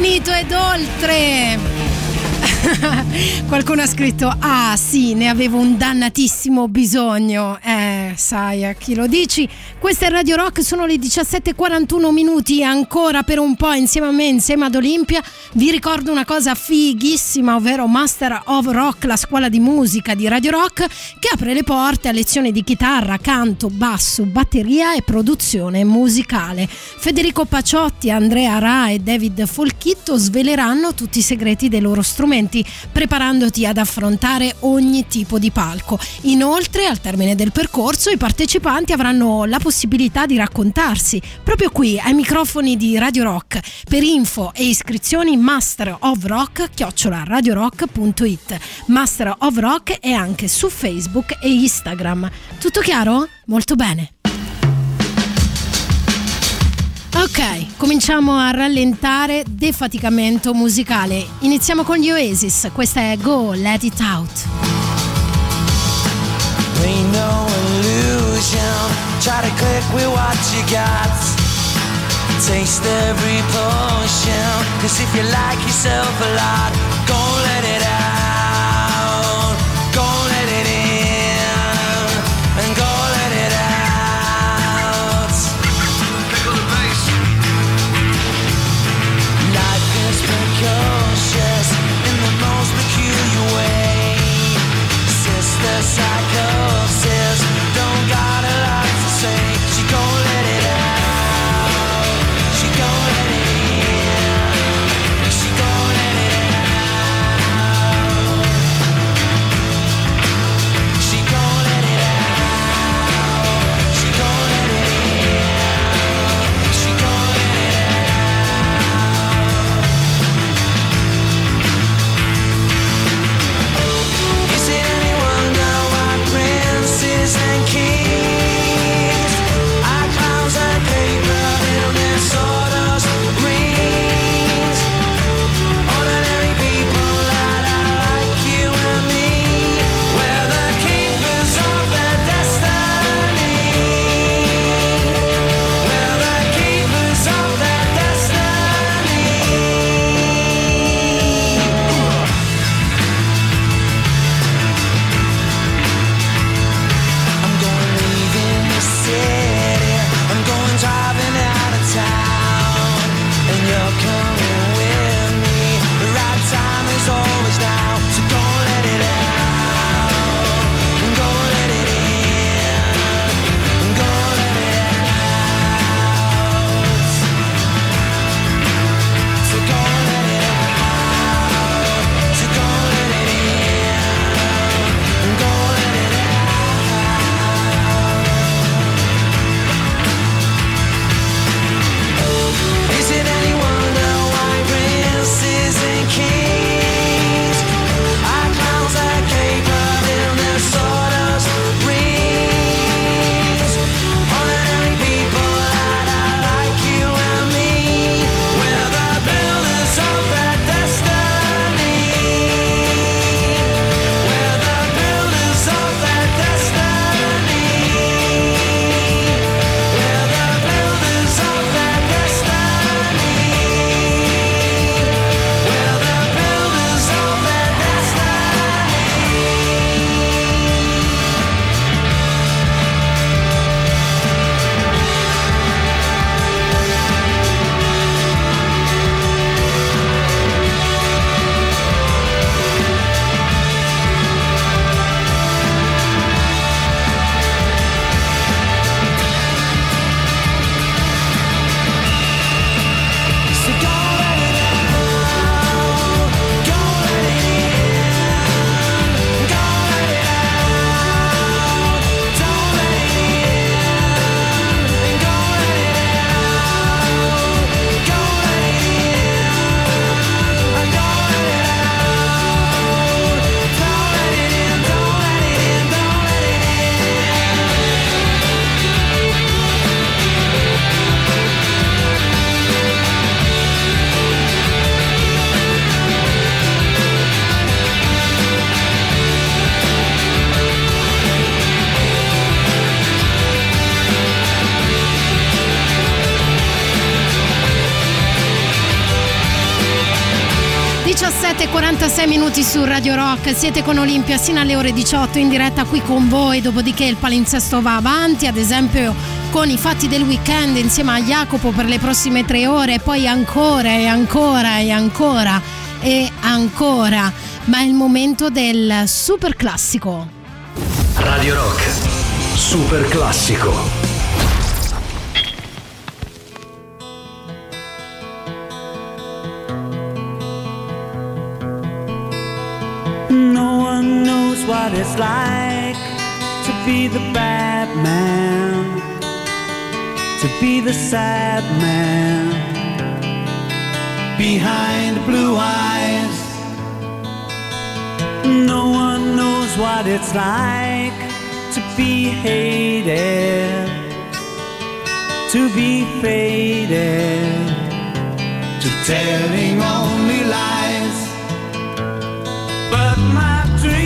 All'infinito ed oltre. Qualcuno ha scritto: ah sì, ne avevo un dannatissimo bisogno. Sai a chi lo dici. Questa è Radio Rock, sono le 17:41 minuti. Ancora per un po' insieme a me, insieme ad Olimpia. Vi ricordo una cosa fighissima, ovvero Master of Rock, la scuola di musica di Radio Rock, che apre le porte a lezioni di chitarra, canto, basso, batteria e produzione musicale. Federico Paciotti, Andrea Ra e David Folchitto sveleranno tutti i segreti dei loro strumenti, preparandoti ad affrontare ogni tipo di palco. Inoltre, al termine del percorso, i partecipanti avranno la possibilità di raccontarsi proprio qui ai microfoni di Radio Rock. Per info e iscrizioni masterofrock@radiorock.it. Master of Rock è anche su Facebook e Instagram. Tutto chiaro? Molto bene. Ok, cominciamo a rallentare. Defaticamento musicale. Iniziamo con gli Oasis. Questa è Go Let It Out. Ain't no illusion. Try to click with what you got. Taste every potion. 'Cause if you like yourself a lot, go let it out. Go let it in. And go let it out. Pick up the bass. Life is precocious in the most peculiar way. Sister psychosis don't got a lot to say. She gon' let it out. She gon' let it in. She gon' let it out. 7:46 su Radio Rock, siete con Olimpia sino alle ore 18 in diretta qui con voi, dopodiché il palinsesto va avanti, ad esempio con i fatti del weekend insieme a Jacopo per le prossime 3 ore, poi ancora e ancora e ancora e ancora, ma è il momento del super classico. Radio Rock, super classico. No one knows what it's like to be the bad man, to be the sad man behind blue eyes. No one knows what it's like to be hated, to be faded, to telling only lies. But my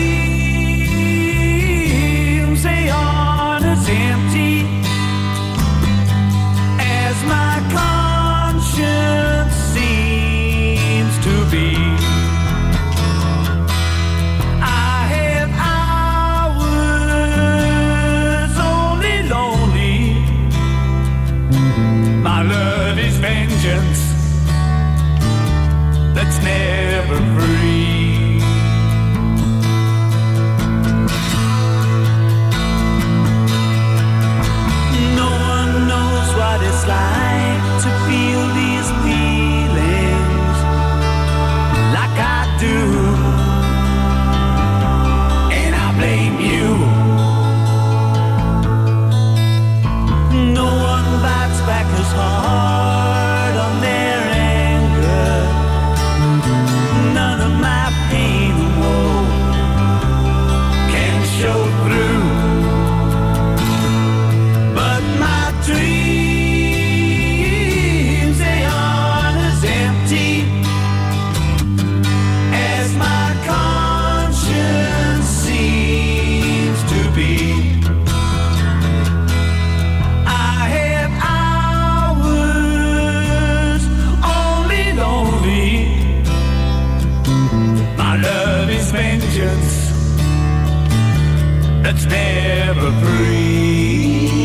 dreams, they aren't as empty as my conscience seems to be. I have hours only lonely. My love is vengeance that's never free. What it's like to feel these feelings like I do, and I blame you. No one bites back as hard on their anger. None of my pain and woe can show through. But my dreams, they aren't as empty as my conscience seems to be. I have hours only lonely. My love is vengeance that's never free.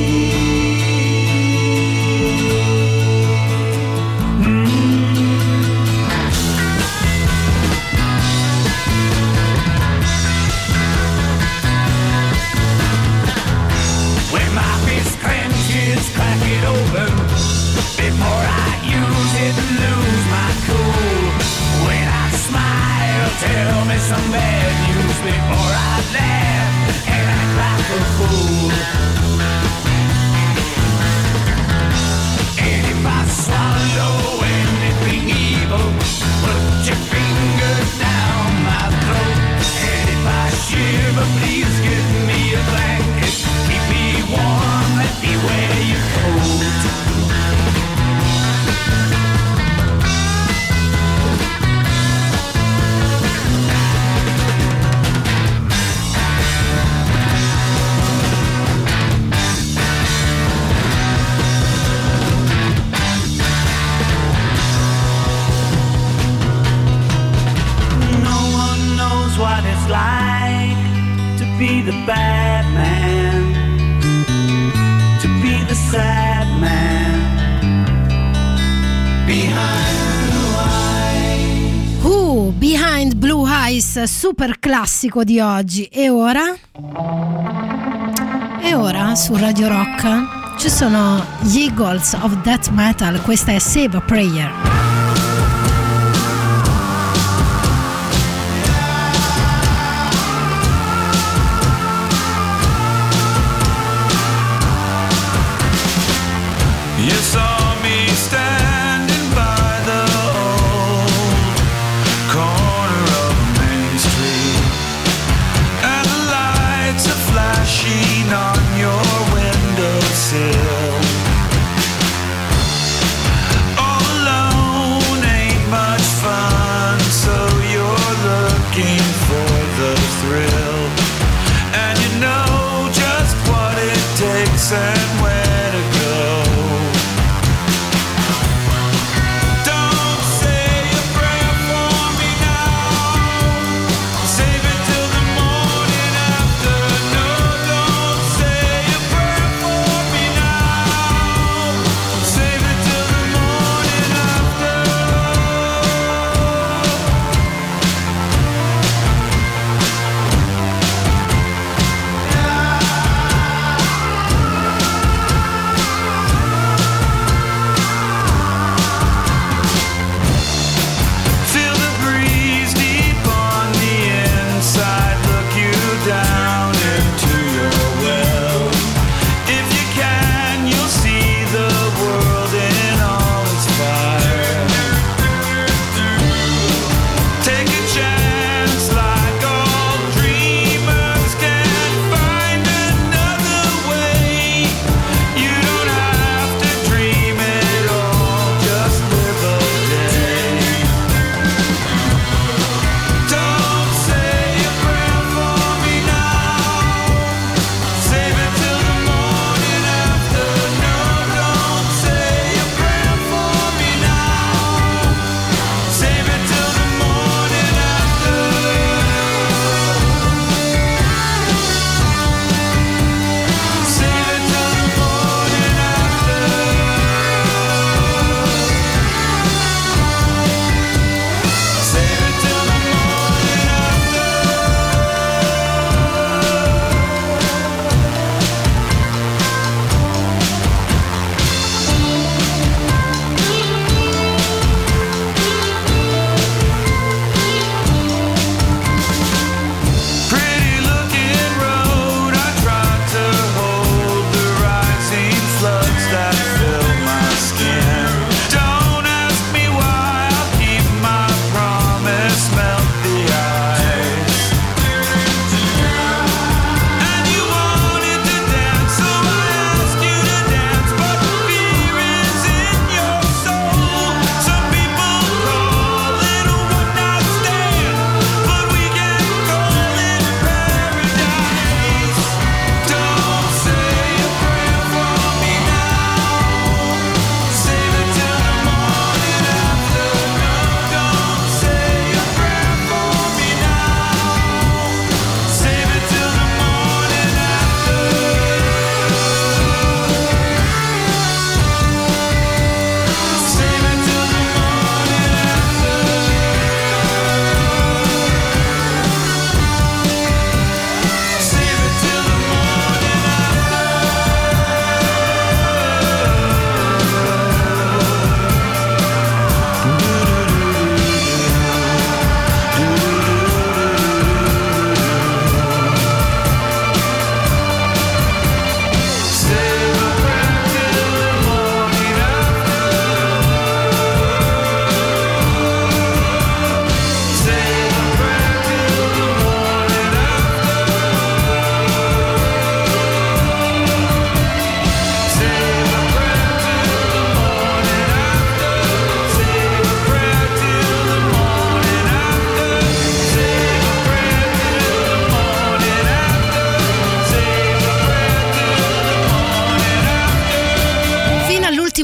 Crack it open before I use it and lose my cool. When I smile, tell me some bad news before I laugh and act like a fool. And if I swallow anything evil, put your finger down my throat. And if I shiver, please give me a blanket. Keep me warm, let me wear your coat. No one knows what it's like to be the bad man, to be the sad man behind blue eyes. Behind Blue Eyes, super classico di oggi. E ora? E ora su Radio Rock ci sono gli Eagles of Death Metal, questa è Save a Prayer. You saw me standing by the old corner of Main Street, and the lights are flashing on your windowsill. All alone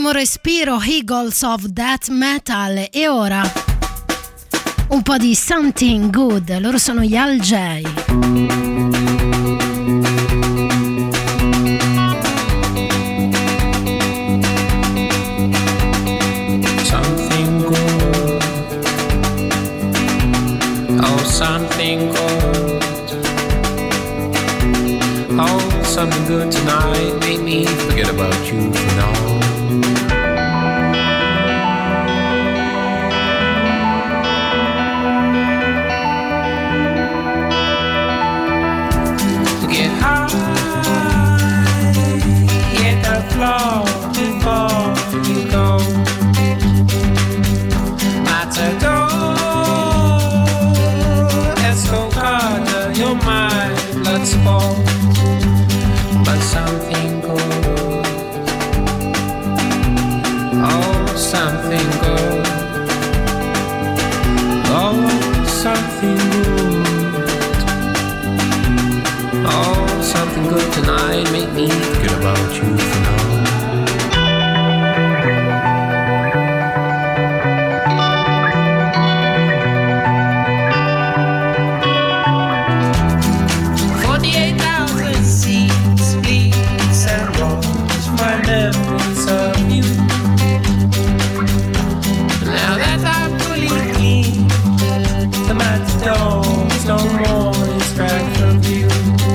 Ultimo respiro, Eagles of Death Metal. E ora un po' di Something Good. Loro sono gli Al J. Something good, oh something good, oh something good tonight, make me forget about you for now. Get high, hit the floor before you go. Escocada, your mind, blood sport, but something good, oh something good, oh something good, oh something good tonight, make me forget about you for now. No more distract from you.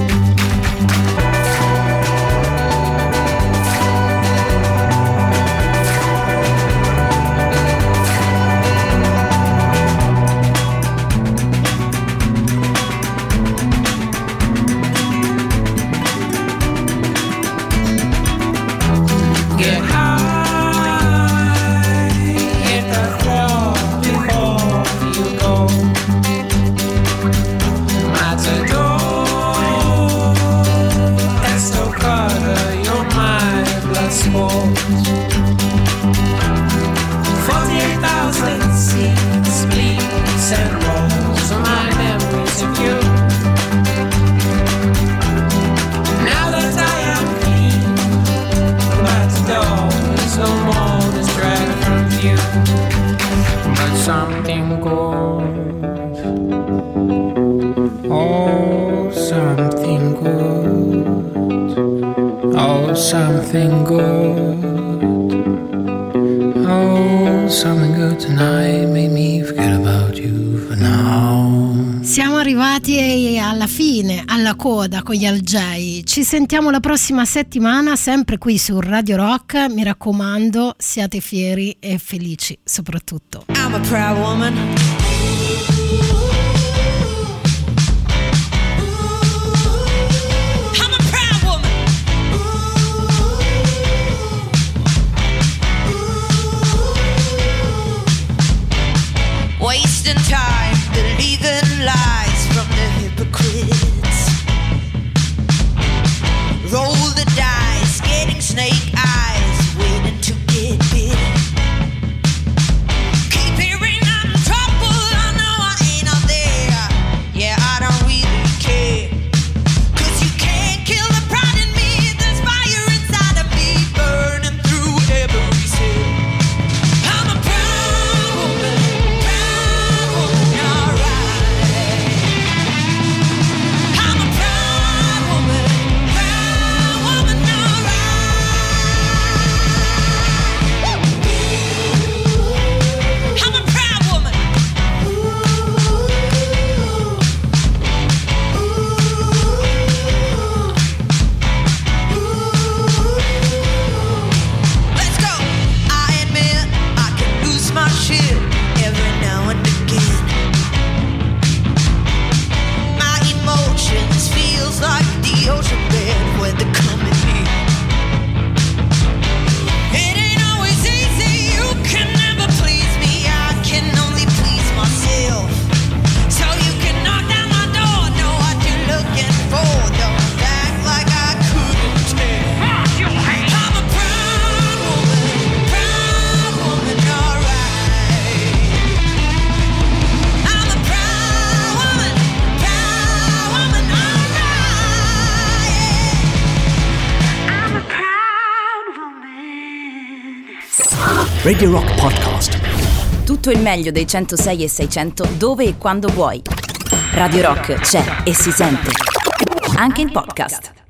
Get high, hit the floor before you go. Sport. 48,000 seats, bleeds and rolls of my memories of you. Now that I am clean, about to go, there's no more distract from you. But something good, oh something good, oh something good, oh something good tonight, make me forget about you for now. Siamo arrivati alla fine, alla coda con gli Al J. Ci sentiamo la prossima settimana, sempre qui su Radio Rock. Mi raccomando, siate fieri e felici soprattutto. I'm a proud woman. Wasting time, believing lies from the hypocrites. Roll the dice, getting snake eyes, waiting to get bit. Keep hearing I'm in trouble, I know I ain't up there. Yeah, I don't really care. 'Cause you can't kill the pride in me, there's fire inside of me, burning through every cell. I'm a proud woman. Like the ocean bed where the coming in. It ain't always easy, you can never please me, I can only please myself. So you can knock down my door, know what you're looking for, don't act like I couldn't tell. I'm a proud woman, alright. I'm a proud woman, alright. Radio Rock Podcast. Tutto il meglio dei 106 e 600 dove e quando vuoi. Radio Rock c'è e si sente. Anche in podcast.